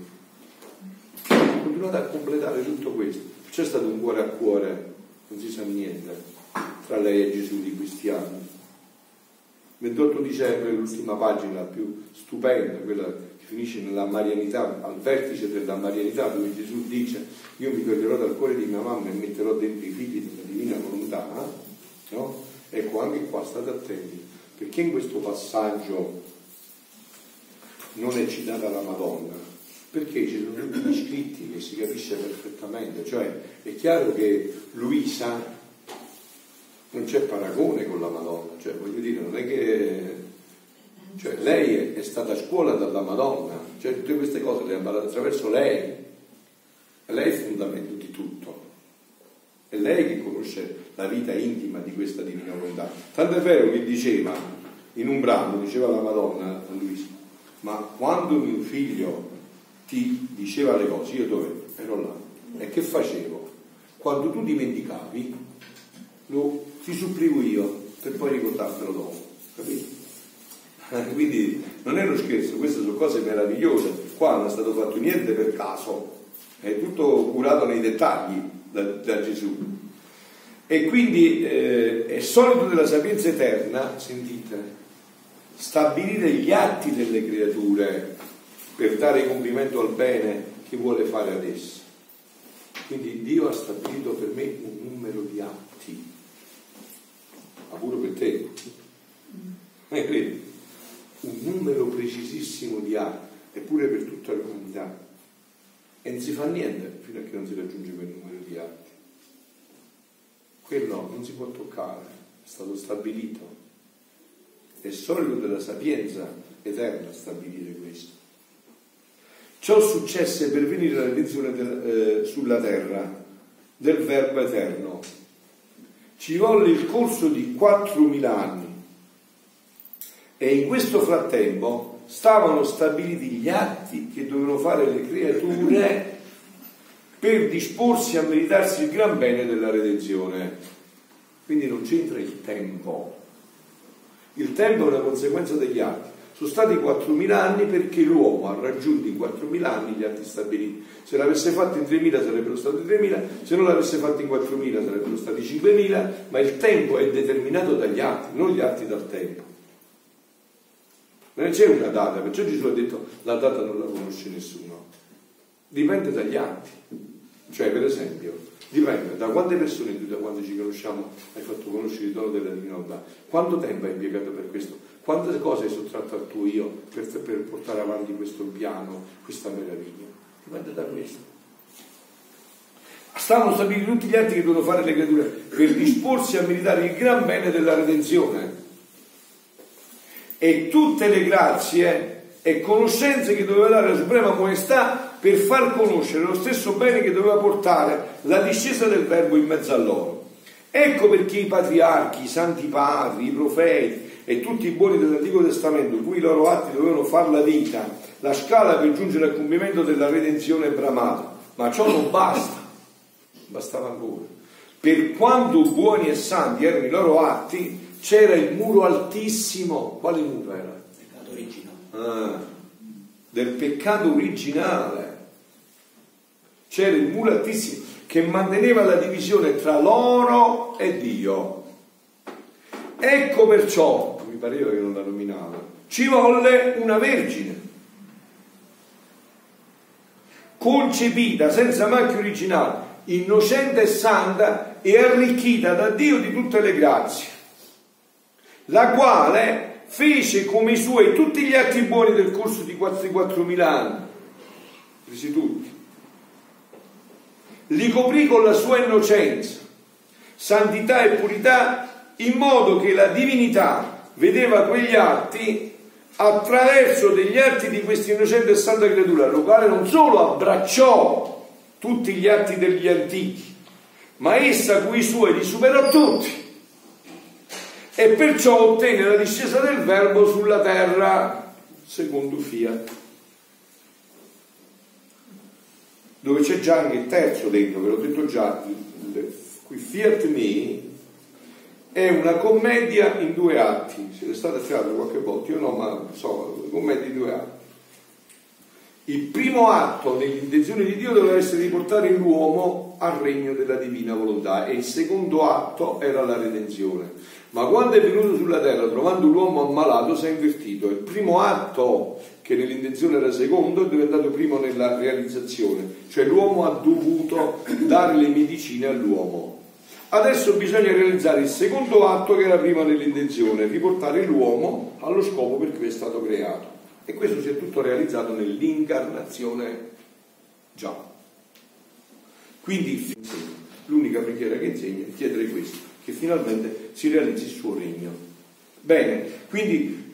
Ha continuato a completare tutto questo. C'è stato un cuore a cuore, non si sa niente, tra lei e Gesù di questi anni. 28 dicembre, l'ultima pagina più stupenda, quella che finisce nella marianità, al vertice della marianità, dove Gesù dice: io mi toglierò dal cuore di mia mamma e metterò dentro i figli della divina volontà, no? Ecco, anche qua state attenti, perché in questo passaggio non è citata la Madonna, perché ci sono tutti gli scritti che si capisce perfettamente, cioè è chiaro che Luisa non c'è paragone con la Madonna, cioè voglio dire, non è che, cioè lei è stata a scuola dalla Madonna, cioè tutte queste cose le ha imparate attraverso lei, e lei è il fondamento di tutto, è lei che conosce la vita intima di questa divina volontà. Tanto è vero che diceva in un brano, diceva la Madonna a Luisa: ma quando mio figlio ti diceva le cose, io dove ero là, e che facevo? Quando tu dimenticavi, ti supplivo io per poi ricordartelo dopo, capito? Quindi non è uno scherzo, queste sono cose meravigliose. Qua non è stato fatto niente per caso, è tutto curato nei dettagli da Gesù. E quindi è solito della sapienza eterna, sentite, stabilire gli atti delle creature per dare compimento al bene che vuole fare ad esse. Quindi Dio ha stabilito per me un numero di atti, ma pure per te, vedi? Un numero precisissimo di atti, eppure per tutta l'umanità, e non si fa niente fino a che non si raggiunge quel numero di atti. Quello non si può toccare, è stato stabilito, è solito della sapienza eterna stabilire questo. Ciò successe per venire la redenzione sulla terra del Verbo eterno. Ci volle il corso di 4.000 anni, e in questo frattempo stavano stabiliti gli atti che dovevano fare le creature per disporsi a meritarsi il gran bene della redenzione. Quindi non c'entra il tempo. Il tempo è una conseguenza degli atti. Sono stati 4.000 anni perché l'uomo ha raggiunto in 4.000 anni gli atti stabiliti. Se l'avesse fatto in 3.000 sarebbero stati 3.000, se non l'avesse fatto in 4.000 sarebbero stati 5.000, ma il tempo è determinato dagli atti, non gli atti dal tempo. Non c'è una data, perciò Gesù ha detto la data non la conosce nessuno. Dipende dagli atti. Cioè, per esempio, dipende da quante persone tu, da quando ci conosciamo, hai fatto conoscere il dono della divina volontà. Quanto tempo hai impiegato per questo? Quante cose hai sottratto al tuo io per portare avanti questo piano, questa meraviglia? Dipende da questo. Stavano stabiliti tutti gli atti che dovevano fare le creature per disporsi a meritare il gran bene della redenzione, e tutte le grazie e conoscenze che doveva dare la Suprema Maestà per far conoscere lo stesso bene che doveva portare la discesa del Verbo in mezzo a loro. Ecco perché i patriarchi, i santi padri, i profeti e tutti i buoni dell'Antico Testamento, cui i loro atti dovevano far la vita, la scala per giungere al compimento della redenzione bramata. Ma ciò non basta, bastava ancora. Per quanto buoni e santi erano i loro atti, c'era il muro altissimo. Quale muro era? Peccato originale. Del peccato originale. C'era il muro altissimo che manteneva la divisione tra loro e Dio. Ecco perciò, mi pareva che non la nominava, ci volle una vergine concepita senza macchia originale, innocente e santa e arricchita da Dio di tutte le grazie, la quale fece come i suoi tutti gli atti buoni del corso di quasi 4.000 anni, presi tutti, li coprì con la sua innocenza, santità e purità in modo che la divinità vedeva quegli atti attraverso degli atti di questa innocente e santa creatura, la quale non solo abbracciò tutti gli atti degli antichi, ma essa con i suoi li superò tutti, e perciò ottenne la discesa del Verbo sulla terra secondo fiat, dove c'è già anche il terzo dentro, ve l'ho detto già, qui fiat me è una commedia in 2 atti. Siete stati a teatro qualche volta? Io no, ma so, una commedia in 2 atti. Il primo atto nell'intenzione di Dio doveva essere di portare l'uomo al regno della divina volontà, e il secondo atto era la redenzione. Ma quando è venuto sulla terra trovando l'uomo ammalato si è invertito. Il primo atto, che nell'intenzione era secondo, è diventato primo nella realizzazione, cioè l'uomo ha dovuto dare le medicine all'uomo. Adesso bisogna realizzare il secondo atto, che era prima nell'intenzione, riportare l'uomo allo scopo per cui è stato creato, e questo si è tutto realizzato nell'incarnazione già. Quindi l'unica preghiera che insegna è chiedere questo, che finalmente si realizzi il suo regno. Bene, quindi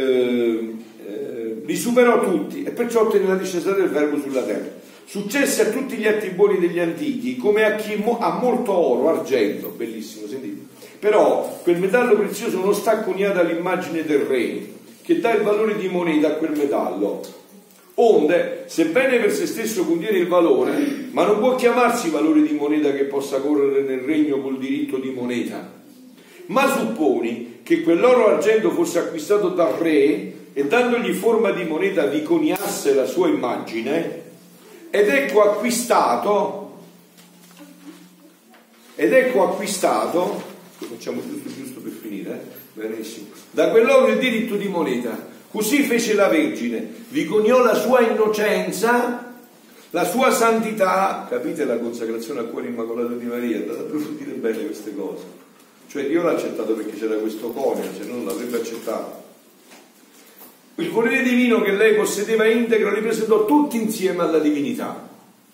li superò tutti, e perciò ottenne la discesa del Verbo sulla terra. Successe a tutti gli atti buoni degli antichi, come a chi ha molto oro, argento, bellissimo, sentite. Però quel metallo prezioso non sta coniato all'immagine del re, che dà il valore di moneta a quel metallo. Onde, sebbene per se stesso contiene il valore, ma non può chiamarsi valore di moneta che possa correre nel regno col diritto di moneta. Ma supponi che quell'oro argento fosse acquistato dal re, e dandogli forma di moneta vi coniasse la sua immagine, ed ecco acquistato, lo facciamo giusto per finire, benissimo, da quell'oro il diritto di moneta. Così fece la Vergine, vi coniò la sua innocenza, la sua santità. Capite la consacrazione al cuore immacolato di Maria? Andate a approfondire bene queste cose. Cioè Dio l'ha accettato perché c'era questo conio, se non l'avrebbe accettato. Il volere divino che lei possedeva integro li presentò tutti insieme alla divinità,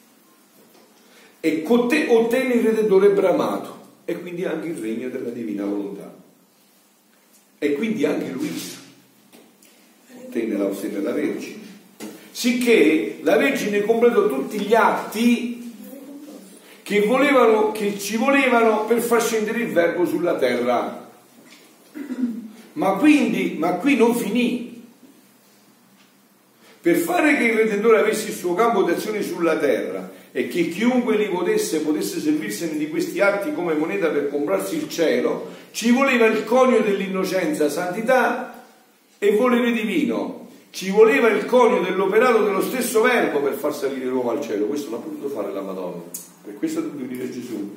e ottenne il Redentore bramato, e quindi anche il regno della divina volontà, e quindi anche Luisa ottenne la Vergine, sicché la Vergine completò tutti gli atti che ci volevano per far scendere il Verbo sulla terra. Ma qui non finì. Per fare che il Redentore avesse il suo campo d'azione sulla terra, e che chiunque li potesse servirsene di questi atti come moneta per comprarsi il cielo, ci voleva il conio dell'innocenza, santità e volere divino. Ci voleva il conio dell'operato dello stesso Verbo per far salire l'uomo al cielo. Questo l'ha potuto fare la Madonna, per questo ha dovuto venire Gesù,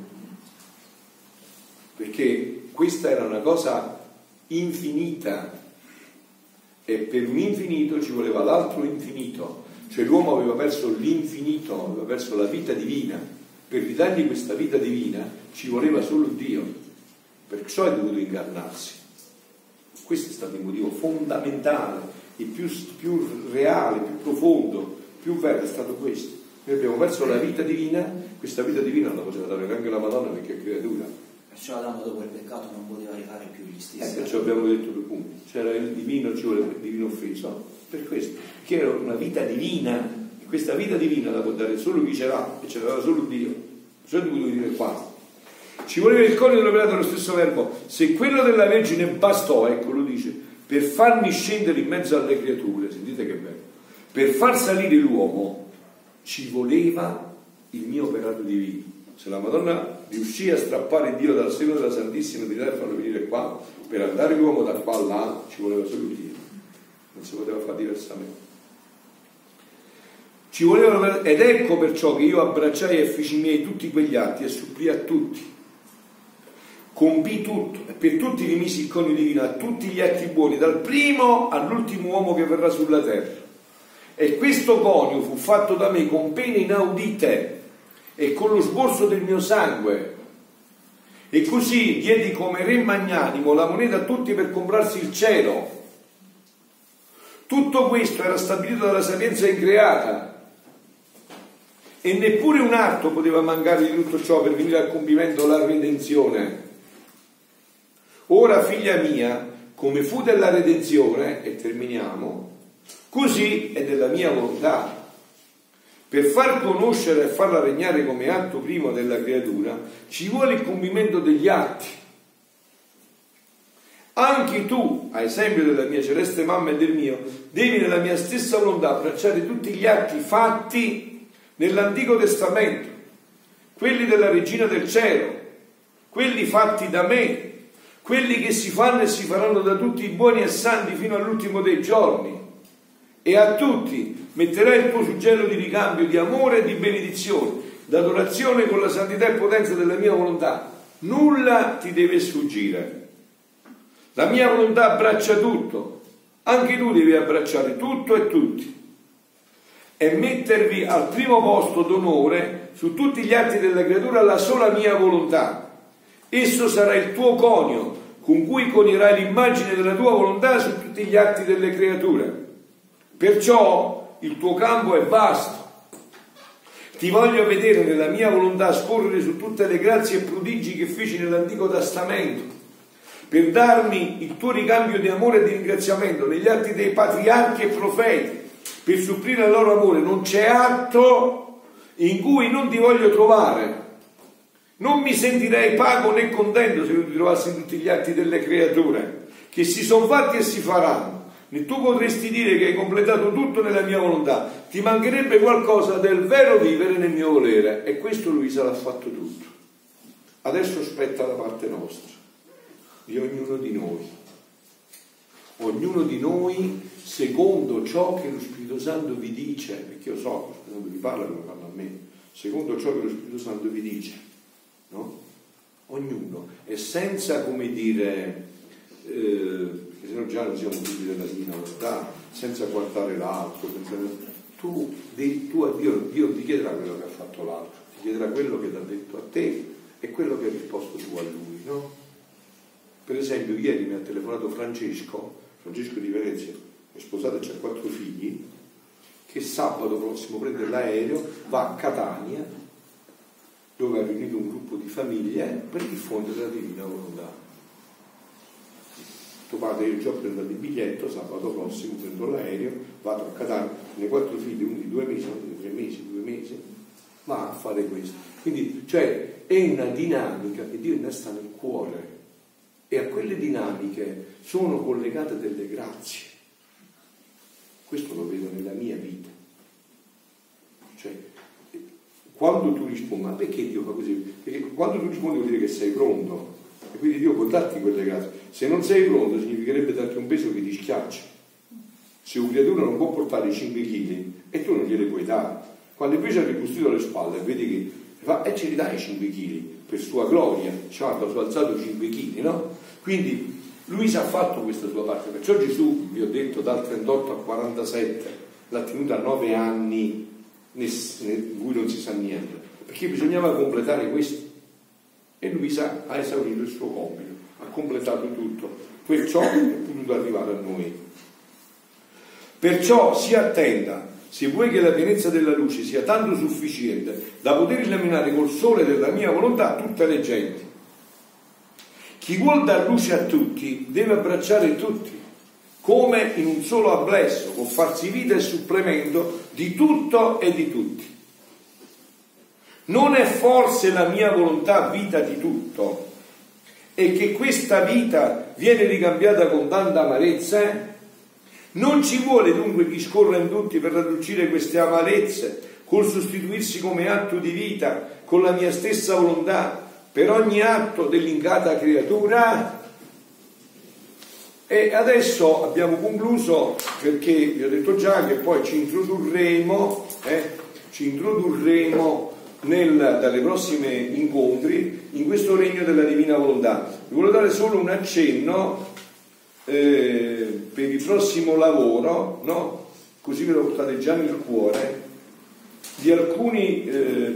perché questa era una cosa infinita, e per un infinito ci voleva l'altro infinito, cioè l'uomo aveva perso l'infinito, aveva perso la vita divina. Per ridargli questa vita divina ci voleva solo Dio, perciò è dovuto incarnarsi. Questo è stato il motivo fondamentale, il più reale, più profondo, più vero, è stato questo. Noi abbiamo perso la vita divina, questa vita divina non la poteva dare neanche la Madonna perché è creatura. Perciò Adamo dopo il peccato non poteva rifare più gli stessi. Perciò abbiamo detto 2 punti. C'era il divino, ci voleva il divino offeso, per questo, che era una vita divina, e questa vita divina la può dare solo chi ce l'ha, e ce l'aveva solo Dio. Perciò è dovuto dire qua. Ci voleva il conio dell'operato dello stesso Verbo. Se quello della Vergine bastò, ecco lo dice, per farmi scendere in mezzo alle creature, sentite che bello, per far salire l'uomo ci voleva il mio operato divino. Se la Madonna riuscì a strappare Dio dal seno della Santissima Trinità e farlo venire qua, per andare l'uomo da qua a là ci voleva solo Dio, non si poteva fare diversamente. Ci volevano, ed ecco perciò che io abbracciai e feci miei tutti quegli atti e supplì a tutti, compì tutto, e per tutti rimisi il conio divino, a tutti gli atti buoni, dal primo all'ultimo uomo che verrà sulla terra. E questo conio fu fatto da me con pene inaudite e con lo sborso del mio sangue, e così diedi come re magnanimo la moneta a tutti per comprarsi il cielo. Tutto questo era stabilito dalla sapienza increata, e neppure un atto poteva mancare di tutto ciò per venire a compimento la redenzione. Ora, figlia mia, come fu della redenzione, e terminiamo, così è della mia volontà. Per far conoscere e farla regnare come atto primo della creatura, ci vuole il compimento degli atti. Anche tu, a esempio della mia celeste mamma e del mio, devi nella mia stessa volontà abbracciare tutti gli atti fatti nell'Antico Testamento, quelli della Regina del Cielo, quelli fatti da me, quelli che si fanno e si faranno da tutti i buoni e santi fino all'ultimo dei giorni. E a tutti metterai il tuo suggello di ricambio, di amore e di benedizione, d'adorazione con la santità e potenza della mia volontà. Nulla ti deve sfuggire. La mia volontà abbraccia tutto, anche tu devi abbracciare tutto e tutti e mettervi al primo posto d'onore su tutti gli atti della creatura la sola mia volontà. Esso sarà il tuo conio con cui conierai l'immagine della tua volontà su tutti gli atti delle creature. Perciò il tuo campo è vasto. Ti voglio vedere nella mia volontà scorrere su tutte le grazie e prodigi che feci nell'Antico Testamento, per darmi il tuo ricambio di amore e di ringraziamento negli atti dei patriarchi e profeti, per supplire al loro amore. Non c'è atto in cui non ti voglio trovare. Non mi sentirei pago né contento se non ti trovassi in tutti gli atti delle creature, che si sono fatti e si faranno. E tu potresti dire che hai completato tutto nella mia volontà, ti mancherebbe qualcosa del vero vivere nel mio volere, e questo Luisa l'ha fatto tutto. Adesso spetta la parte nostra, di ognuno di noi secondo ciò che lo Spirito Santo vi dice, perché io so che lo Spirito Santo vi parla come parla a me, secondo ciò che lo Spirito Santo vi dice, no? Ognuno, e senza, come dire, perché sennò già non siamo tutti della divina volontà, senza guardare l'altro, tu a Dio ti chiederà quello che ha fatto l'altro, ti chiederà quello che ti ha detto a te e quello che hai risposto tu a lui, no? Per esempio, ieri mi ha telefonato Francesco di Venezia, è sposato e c'ha 4 figli, che sabato prossimo prende l'aereo, va a Catania, dove ha riunito un gruppo di famiglie per diffondere la divina volontà. Tu padre, io già prendo il biglietto, sabato prossimo prendo l'aereo, vado a Catania, ne 4 figli, uno di 2 mesi, uno di 3 mesi, 2 mesi, va a fare questo. Quindi, cioè, è una dinamica che Dio innesta nel cuore, e a quelle dinamiche sono collegate delle grazie. Questo lo vedo nella mia vita. Cioè, quando tu rispondi, ma perché Dio fa così? Perché quando tu rispondi vuol dire che sei pronto, e quindi Dio può darti quelle grazie. Se non sei pronto significherebbe darti un peso che ti schiaccia. Se un creatura non può portare 5 kg e tu non gliele puoi dare, quando invece hai ricostito le spalle e vedi che fa, e ce li dai 5 kg per sua gloria, ci ha alzato 5 kg, no? Quindi Luisa ha fatto questa sua parte, perciò Gesù, vi ho detto, dal 38 al 47 l'ha tenuta 9 anni in cui non si sa niente, perché bisognava completare questo, e Luisa ha esaurito il suo compito, ha completato tutto, perciò è potuto arrivare a noi. Perciò si attenda, se vuoi che la pienezza della luce sia tanto sufficiente da poter illuminare col sole della mia volontà tutte le genti. Chi vuol dar luce a tutti deve abbracciare tutti, come in un solo abblesso, può farsi vita e supplemento di tutto e di tutti. Non è forse la mia volontà vita di tutto, e che questa vita viene ricambiata con tanta amarezza? Non ci vuole dunque chi scorra in tutti per raddolcire queste amarezze, col sostituirsi come atto di vita con la mia stessa volontà per ogni atto dell'ingata creatura? E adesso abbiamo concluso, perché vi ho detto già che poi ci introdurremo dalle prossime incontri in questo regno della divina volontà. Vi voglio dare solo un accenno per il prossimo lavoro, no? Così ve lo portate già nel cuore, di alcuni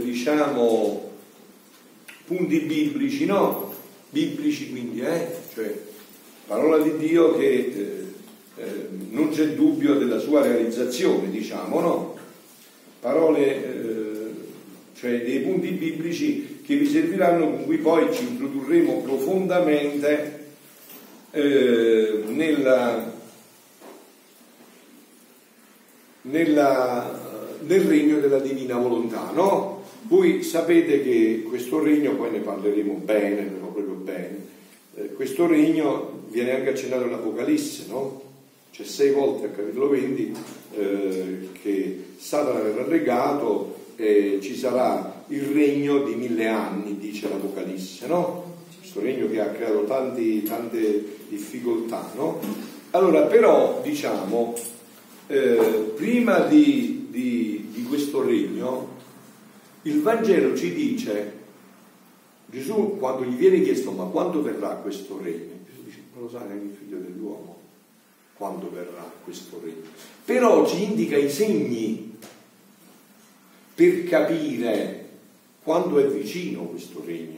punti biblici, no? Biblici, quindi, cioè parola di Dio che non c'è dubbio della sua realizzazione, diciamo, no? Parole, cioè dei punti biblici che vi serviranno, con cui poi ci introdurremo profondamente nel regno della divina volontà, no? Voi sapete che questo regno, poi ne parleremo bene, proprio bene, questo regno viene anche accennato nell'Apocalisse, no? C'è 6 volte al capitolo 20 che Satana verrà legato e ci sarà il regno di 1000 anni, dice l'Apocalisse, no? Questo regno che ha creato tante difficoltà, no? Allora, però, diciamo, prima di questo regno, il Vangelo ci dice, Gesù quando gli viene chiesto ma quando verrà questo regno? Gesù dice, non lo sa neanche il figlio dell'uomo quando verrà questo regno. Però ci indica i segni per capire quando è vicino questo regno,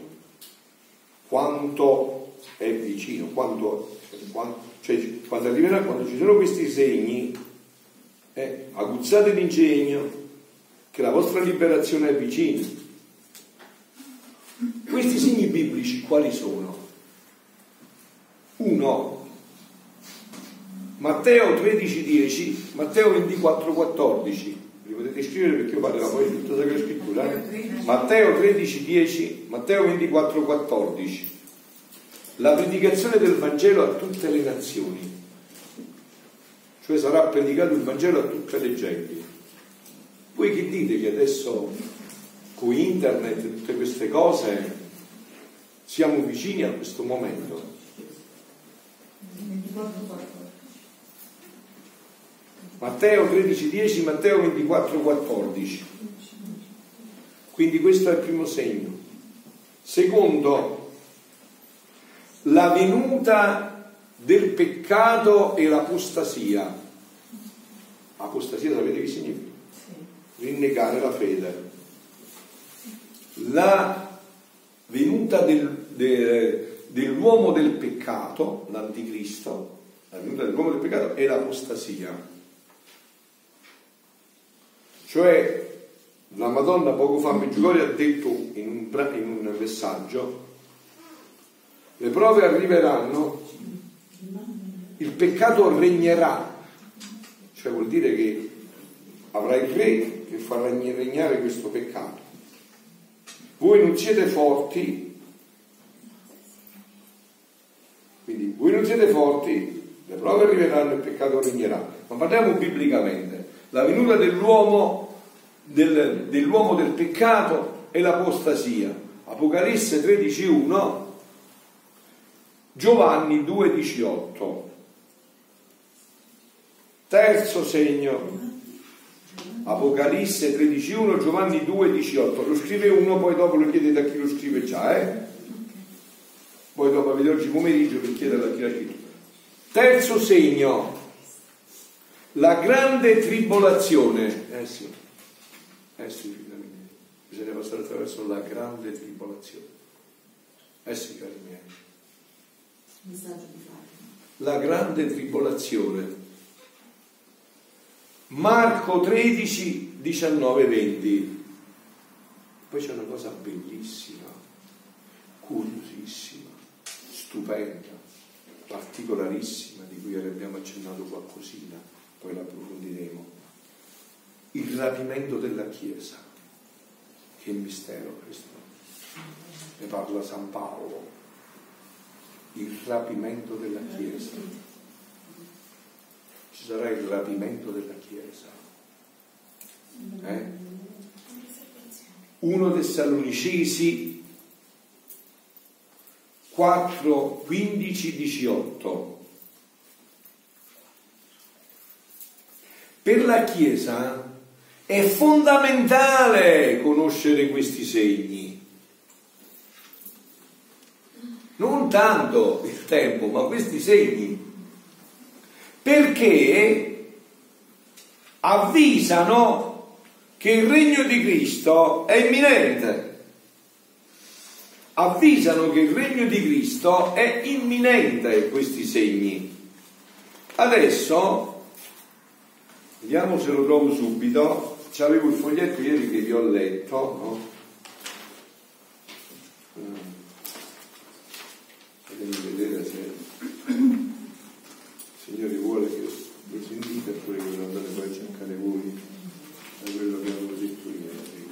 quanto è vicino, cioè quando arriverà, quando ci sono questi segni, aguzzate l'ingegno che la vostra liberazione è vicina. Questi segni biblici quali sono? 1. Matteo 13,10, Matteo 24,14. Li potete scrivere perché io parlerò poi di tutta la Sacra Scrittura. Matteo 13,10, Matteo 24,14. La predicazione del Vangelo a tutte le nazioni. Cioè sarà predicato il Vangelo a tutte le genti. Voi che dite che adesso con internet e tutte queste cose siamo vicini a questo momento? Matteo 13,10, Matteo 24,14. Quindi questo è il primo segno. Secondo, la venuta del peccato e l'apostasia. Apostasia sapete che significa? Rinnegare la fede. La venuta dell'uomo del peccato, l'anticristo, la venuta dell'uomo del peccato è l'apostasia. Cioè la Madonna poco fa Medjugorje ha detto in un messaggio: le prove arriveranno, il peccato regnerà, cioè vuol dire che avrà il re che farà regnare questo peccato. Voi non siete forti, quindi voi non siete forti, le prove arriveranno, il peccato regnerà. Ma parliamo biblicamente: la venuta dell'uomo del peccato e l'apostasia. Apocalisse 13,1, Giovanni 2,18. Terzo segno, Apocalisse 13,1, Giovanni 2,18. Lo scrive uno, poi dopo lo chiedete a chi lo scrive già, Poi dopo avete oggi pomeriggio per chiedere a chi l'ha scritto. Terzo segno, la grande tribolazione. Sì, bisogna passare attraverso la grande tribolazione. Sì, cari miei. Messaggio di Fatima. La grande tribolazione. Marco 13, 19, 20. Poi c'è una cosa bellissima, curiosissima, stupenda, particolarissima, di cui abbiamo accennato qualcosina, poi la approfondiremo. Il rapimento della Chiesa. Che mistero questo. Ne parla San Paolo. Il rapimento della Chiesa. Ci sarà il rapimento della Chiesa. 1 Tessalonicesi 4, 15, 18. Per la Chiesa è fondamentale conoscere questi segni. Non tanto il tempo, ma questi segni. Perché avvisano che il regno di Cristo è imminente. Avvisano che il regno di Cristo è imminente, questi segni. Adesso, vediamo se lo trovo subito. C'avevo il foglietto ieri che vi ho letto, no? Fatemi vedere se... pure che devo andare poi a cercare voi da quello che avevo detto io.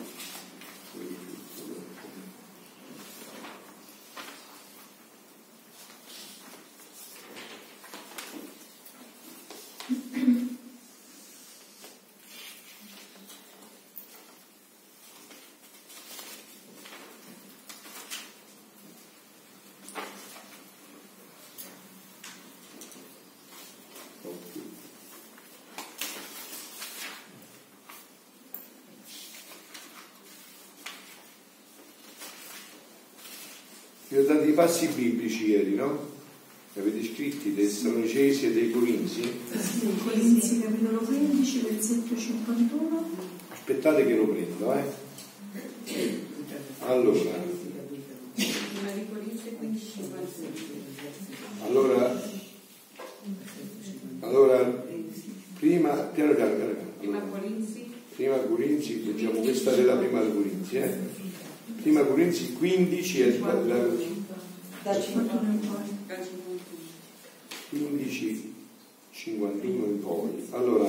Vi ho dato i passi biblici ieri, no? Li avete scritti dei Tessalonicesi e dei Corinzi? Sì, Corinzi capitolo 15, versetto 51. Aspettate che lo prendo, Allora, prima, piano piano. Prima Corinzi, leggiamo questa della prima Corinzi, Prima Corinzi 15 e Da 51 in poi. 15, 51 in poi. Allora,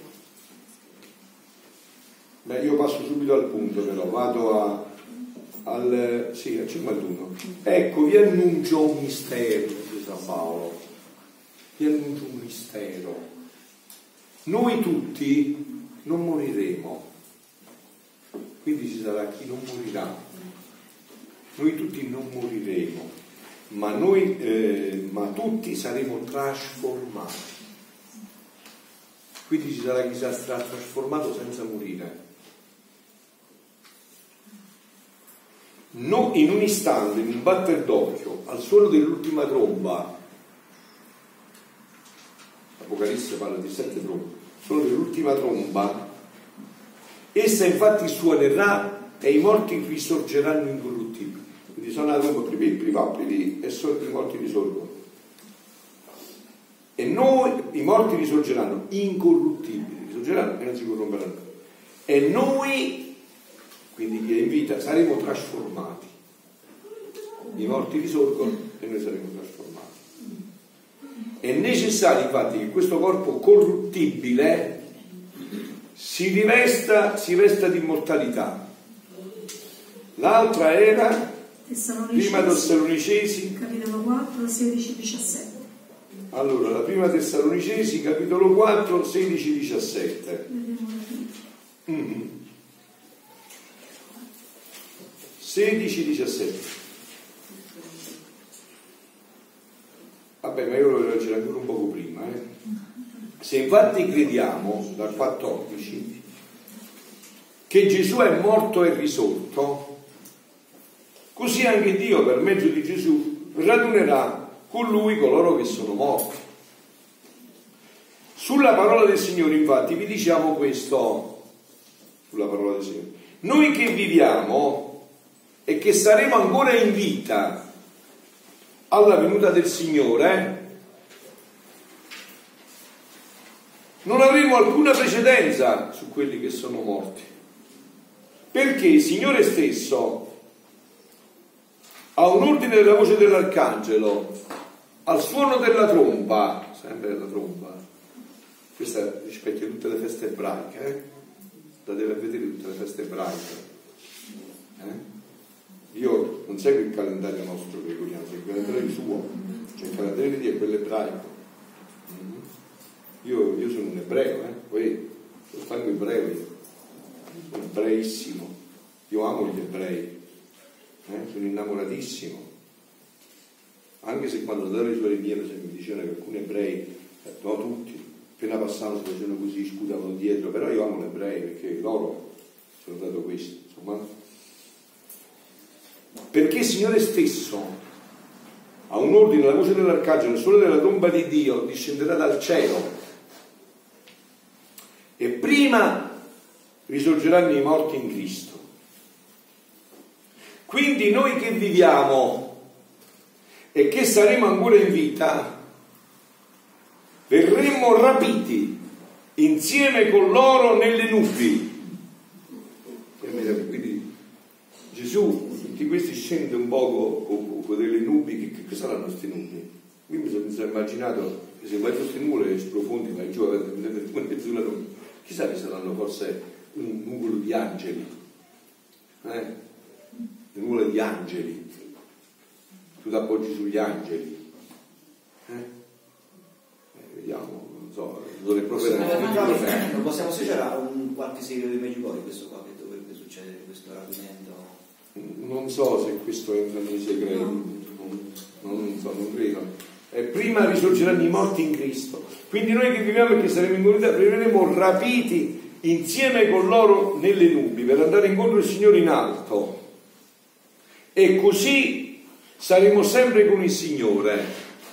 io passo subito al punto, però vado al 51. Ecco, vi annuncio un mistero, dice San Paolo. Vi annuncio un mistero. Noi tutti non moriremo, quindi ci sarà chi non morirà. Noi tutti non moriremo, ma tutti saremo trasformati. Quindi ci sarà chi sarà trasformato senza morire. No, in un istante, in un batter d'occhio, al suono dell'ultima tromba, Apocalisse parla di 7 trombe, al suono dell'ultima tromba, essa infatti suonerà e i morti risorgeranno incorruttibili. Quindi suona la tromba e i morti risorgono. E noi, i morti risorgeranno incorruttibili, risorgeranno e non si corromperanno. E noi, quindi chi è in vita, saremo trasformati. I morti risorgono e noi saremo trasformati. È necessario infatti che questo corpo corruttibile si rivesta di immortalità. L'altra era prima Tessalonicesi capitolo 4, 16-17. Allora, la prima Tessalonicesi capitolo 4, 16-17. 16-17. Vabbè, ma io lo devo leggere ancora un poco prima. Se infatti crediamo, dal 14, che Gesù è morto e risorto, così anche Dio per mezzo di Gesù radunerà con lui coloro che sono morti. Sulla parola del Signore infatti vi diciamo questo, sulla parola del Signore: noi che viviamo e che saremo ancora in vita alla venuta del Signore, non avremo alcuna precedenza su quelli che sono morti, perché il Signore stesso, a un ordine della voce dell'arcangelo, al suono della tromba, sempre la tromba, questa rispecchia tutte le feste ebraiche, la deve vedere tutte le feste ebraiche. Io non seguo il calendario nostro gregoriano, seguo il calendario suo, cioè il calendario di Dio è quello ebraico. Io sono un ebreo, poi sono stanco ebreo, sono ebreissimo, io amo gli ebrei. Sono innamoratissimo, anche se quando andavo alle suore mie mi dicevano che alcuni ebrei, no tutti, appena passavano si facevano così, sputavano dietro, però io amo gli ebrei perché loro sono dato questo, insomma. Perché il Signore stesso, a un ordine, la voce dell'arcangelo, il suono della tromba di Dio discenderà dal cielo e prima risorgeranno i morti in Cristo. Quindi noi che viviamo e che saremo ancora in vita, verremo rapiti insieme con loro nelle nubi. Quindi Gesù, tutti questi scende un poco con delle nubi. Che saranno queste nubi? Io mi sono immaginato se vai queste nuvole sprofondi, vai giù, chissà che saranno forse un nuvolo di angeli, le nuvole di angeli, tu ti appoggi sugli angeli, vediamo, non so, dove non possiamo associare a qualche segreto di Medjugorje questo qua che dovrebbe succedere, questo rapimento? Non so se questo entra nei segreti, non credo. Prima risorgeranno i morti in Cristo, quindi noi che viviamo e che saremo in gloria verremo rapiti insieme con loro nelle nubi per andare incontro al Signore in alto, e così saremo sempre con il Signore.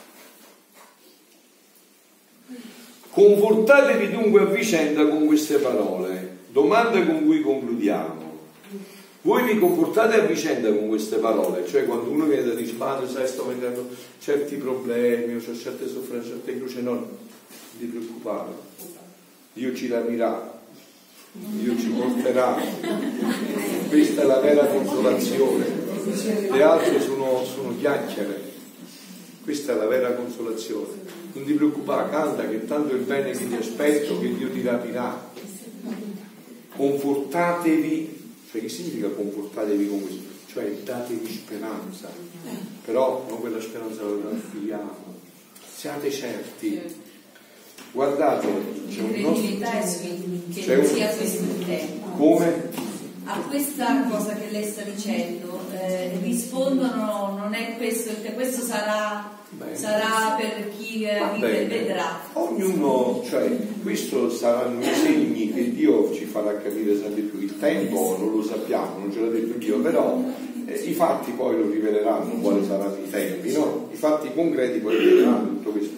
Confortatevi dunque a vicenda con queste parole. Domanda con cui concludiamo: voi vi confortate a vicenda con queste parole? Cioè, quando uno viene da dire, padre, sai, sto avendo certi problemi, ho certe sofferenze, certe cruci, no, non ti preoccupare, Dio ci rapirà, Dio ci porterà, questa è la vera consolazione, le altre sono chiacchiere, questa è la vera consolazione. Non ti preoccupare, canta che tanto il bene che ti aspetto, che Dio ti rapirà. Confortatevi. Cioè, che significa confortatevi con questo? Cioè, datevi speranza, però non quella speranza che trasferiamo. Siate certi. Guardate, c'è un nostro... che non sia questo il tempo. Come? A questa cosa che lei sta dicendo rispondono, non è questo, questo sarà per chi vedrà. Ognuno, cioè, questo saranno i segni che Dio ci farà capire sempre più. Il tempo non lo sappiamo, non ce l'ha detto Dio, però i fatti poi lo riveleranno quali saranno i tempi, no? I fatti concreti poi riveleranno tutto questo.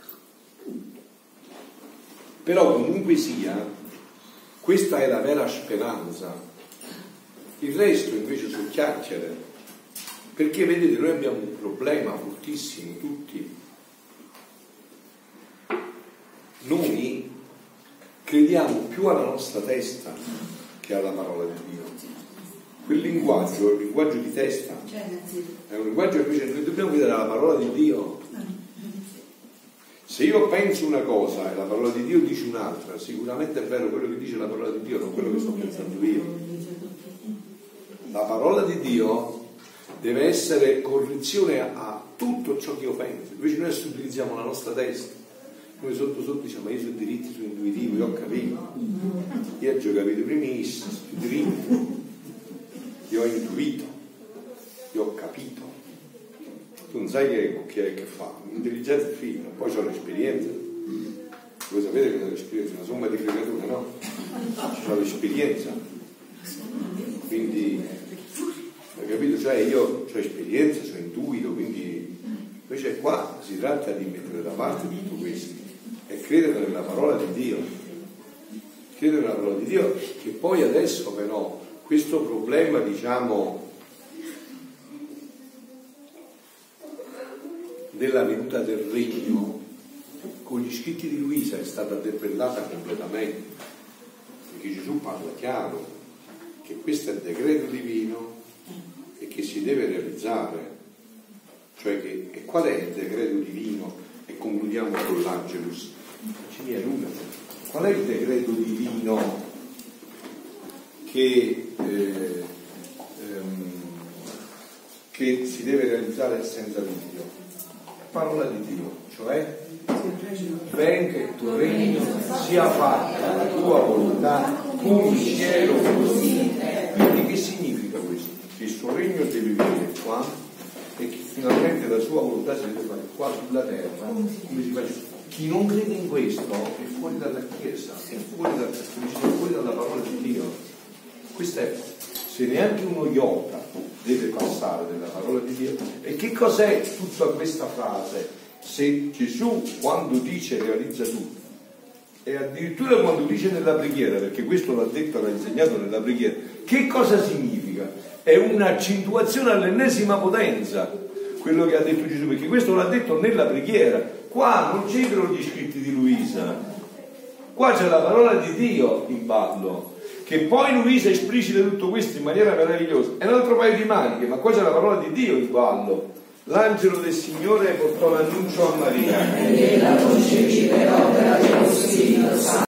Però comunque sia, questa è la vera speranza. Il resto invece sono chiacchiere, perché vedete, noi abbiamo un problema fortissimo tutti. Noi crediamo più alla nostra testa che alla parola di Dio. Quel linguaggio è un linguaggio di testa, è un linguaggio che invece noi dobbiamo credere alla parola di Dio. Se io penso una cosa e la parola di Dio dice un'altra, sicuramente è vero quello che dice la parola di Dio, non quello che sto pensando io. La parola di Dio deve essere correzione a tutto ciò che io penso. Invece noi adesso utilizziamo la nostra testa, noi sotto diciamo, ma io sono diritto, sono intuitivo, io ho capito, io ho capito primissimo, sono diritto, io ho intuito, io ho capito. Tu non sai che fa, l'intelligenza è fine, poi c'ho l'esperienza. Voi sapete che è l'esperienza, una somma di creature, no? C'ho l'esperienza, quindi hai capito? Cioè io ho esperienza, ho intuito, quindi invece qua si tratta di mettere da parte tutto questo e credere nella parola di Dio, credere nella parola di Dio, che poi adesso però questo problema, diciamo, della venuta del regno con gli scritti di Luisa è stata debellata completamente, perché Gesù parla chiaro che questo è il decreto divino e che si deve realizzare. Cioè che, e qual è il decreto divino? E concludiamo con l'Angelus. Ci viene una. Qual è il decreto divino che si deve realizzare senza dubbio? Parola di Dio, cioè venga il tuo regno, sia fatta la tua volontà come in cielo così in terra. Quindi che significa questo? Che il suo regno deve venire qua e che finalmente la sua volontà si deve fare qua sulla terra, come si fa. Chi non crede in questo è fuori dalla Chiesa, è fuori dalla parola di Dio. Questo è, se neanche uno iota deve passare della parola di Dio. E che cos'è tutta questa frase? Se Gesù quando dice realizza tutto, e addirittura quando dice nella preghiera, perché questo l'ha detto, l'ha insegnato nella preghiera, che cosa significa? È un'accentuazione all'ennesima potenza quello che ha detto Gesù, perché questo l'ha detto nella preghiera. Qua non c'erano gli scritti di Luisa, qua c'è la parola di Dio in ballo, che poi Luisa esplicita tutto questo in maniera meravigliosa, è un altro paio di maniche, ma qua c'è la parola di Dio in ballo. L'angelo del Signore portò l'annuncio a Maria. E la concepì per opera dello Spirito Santo.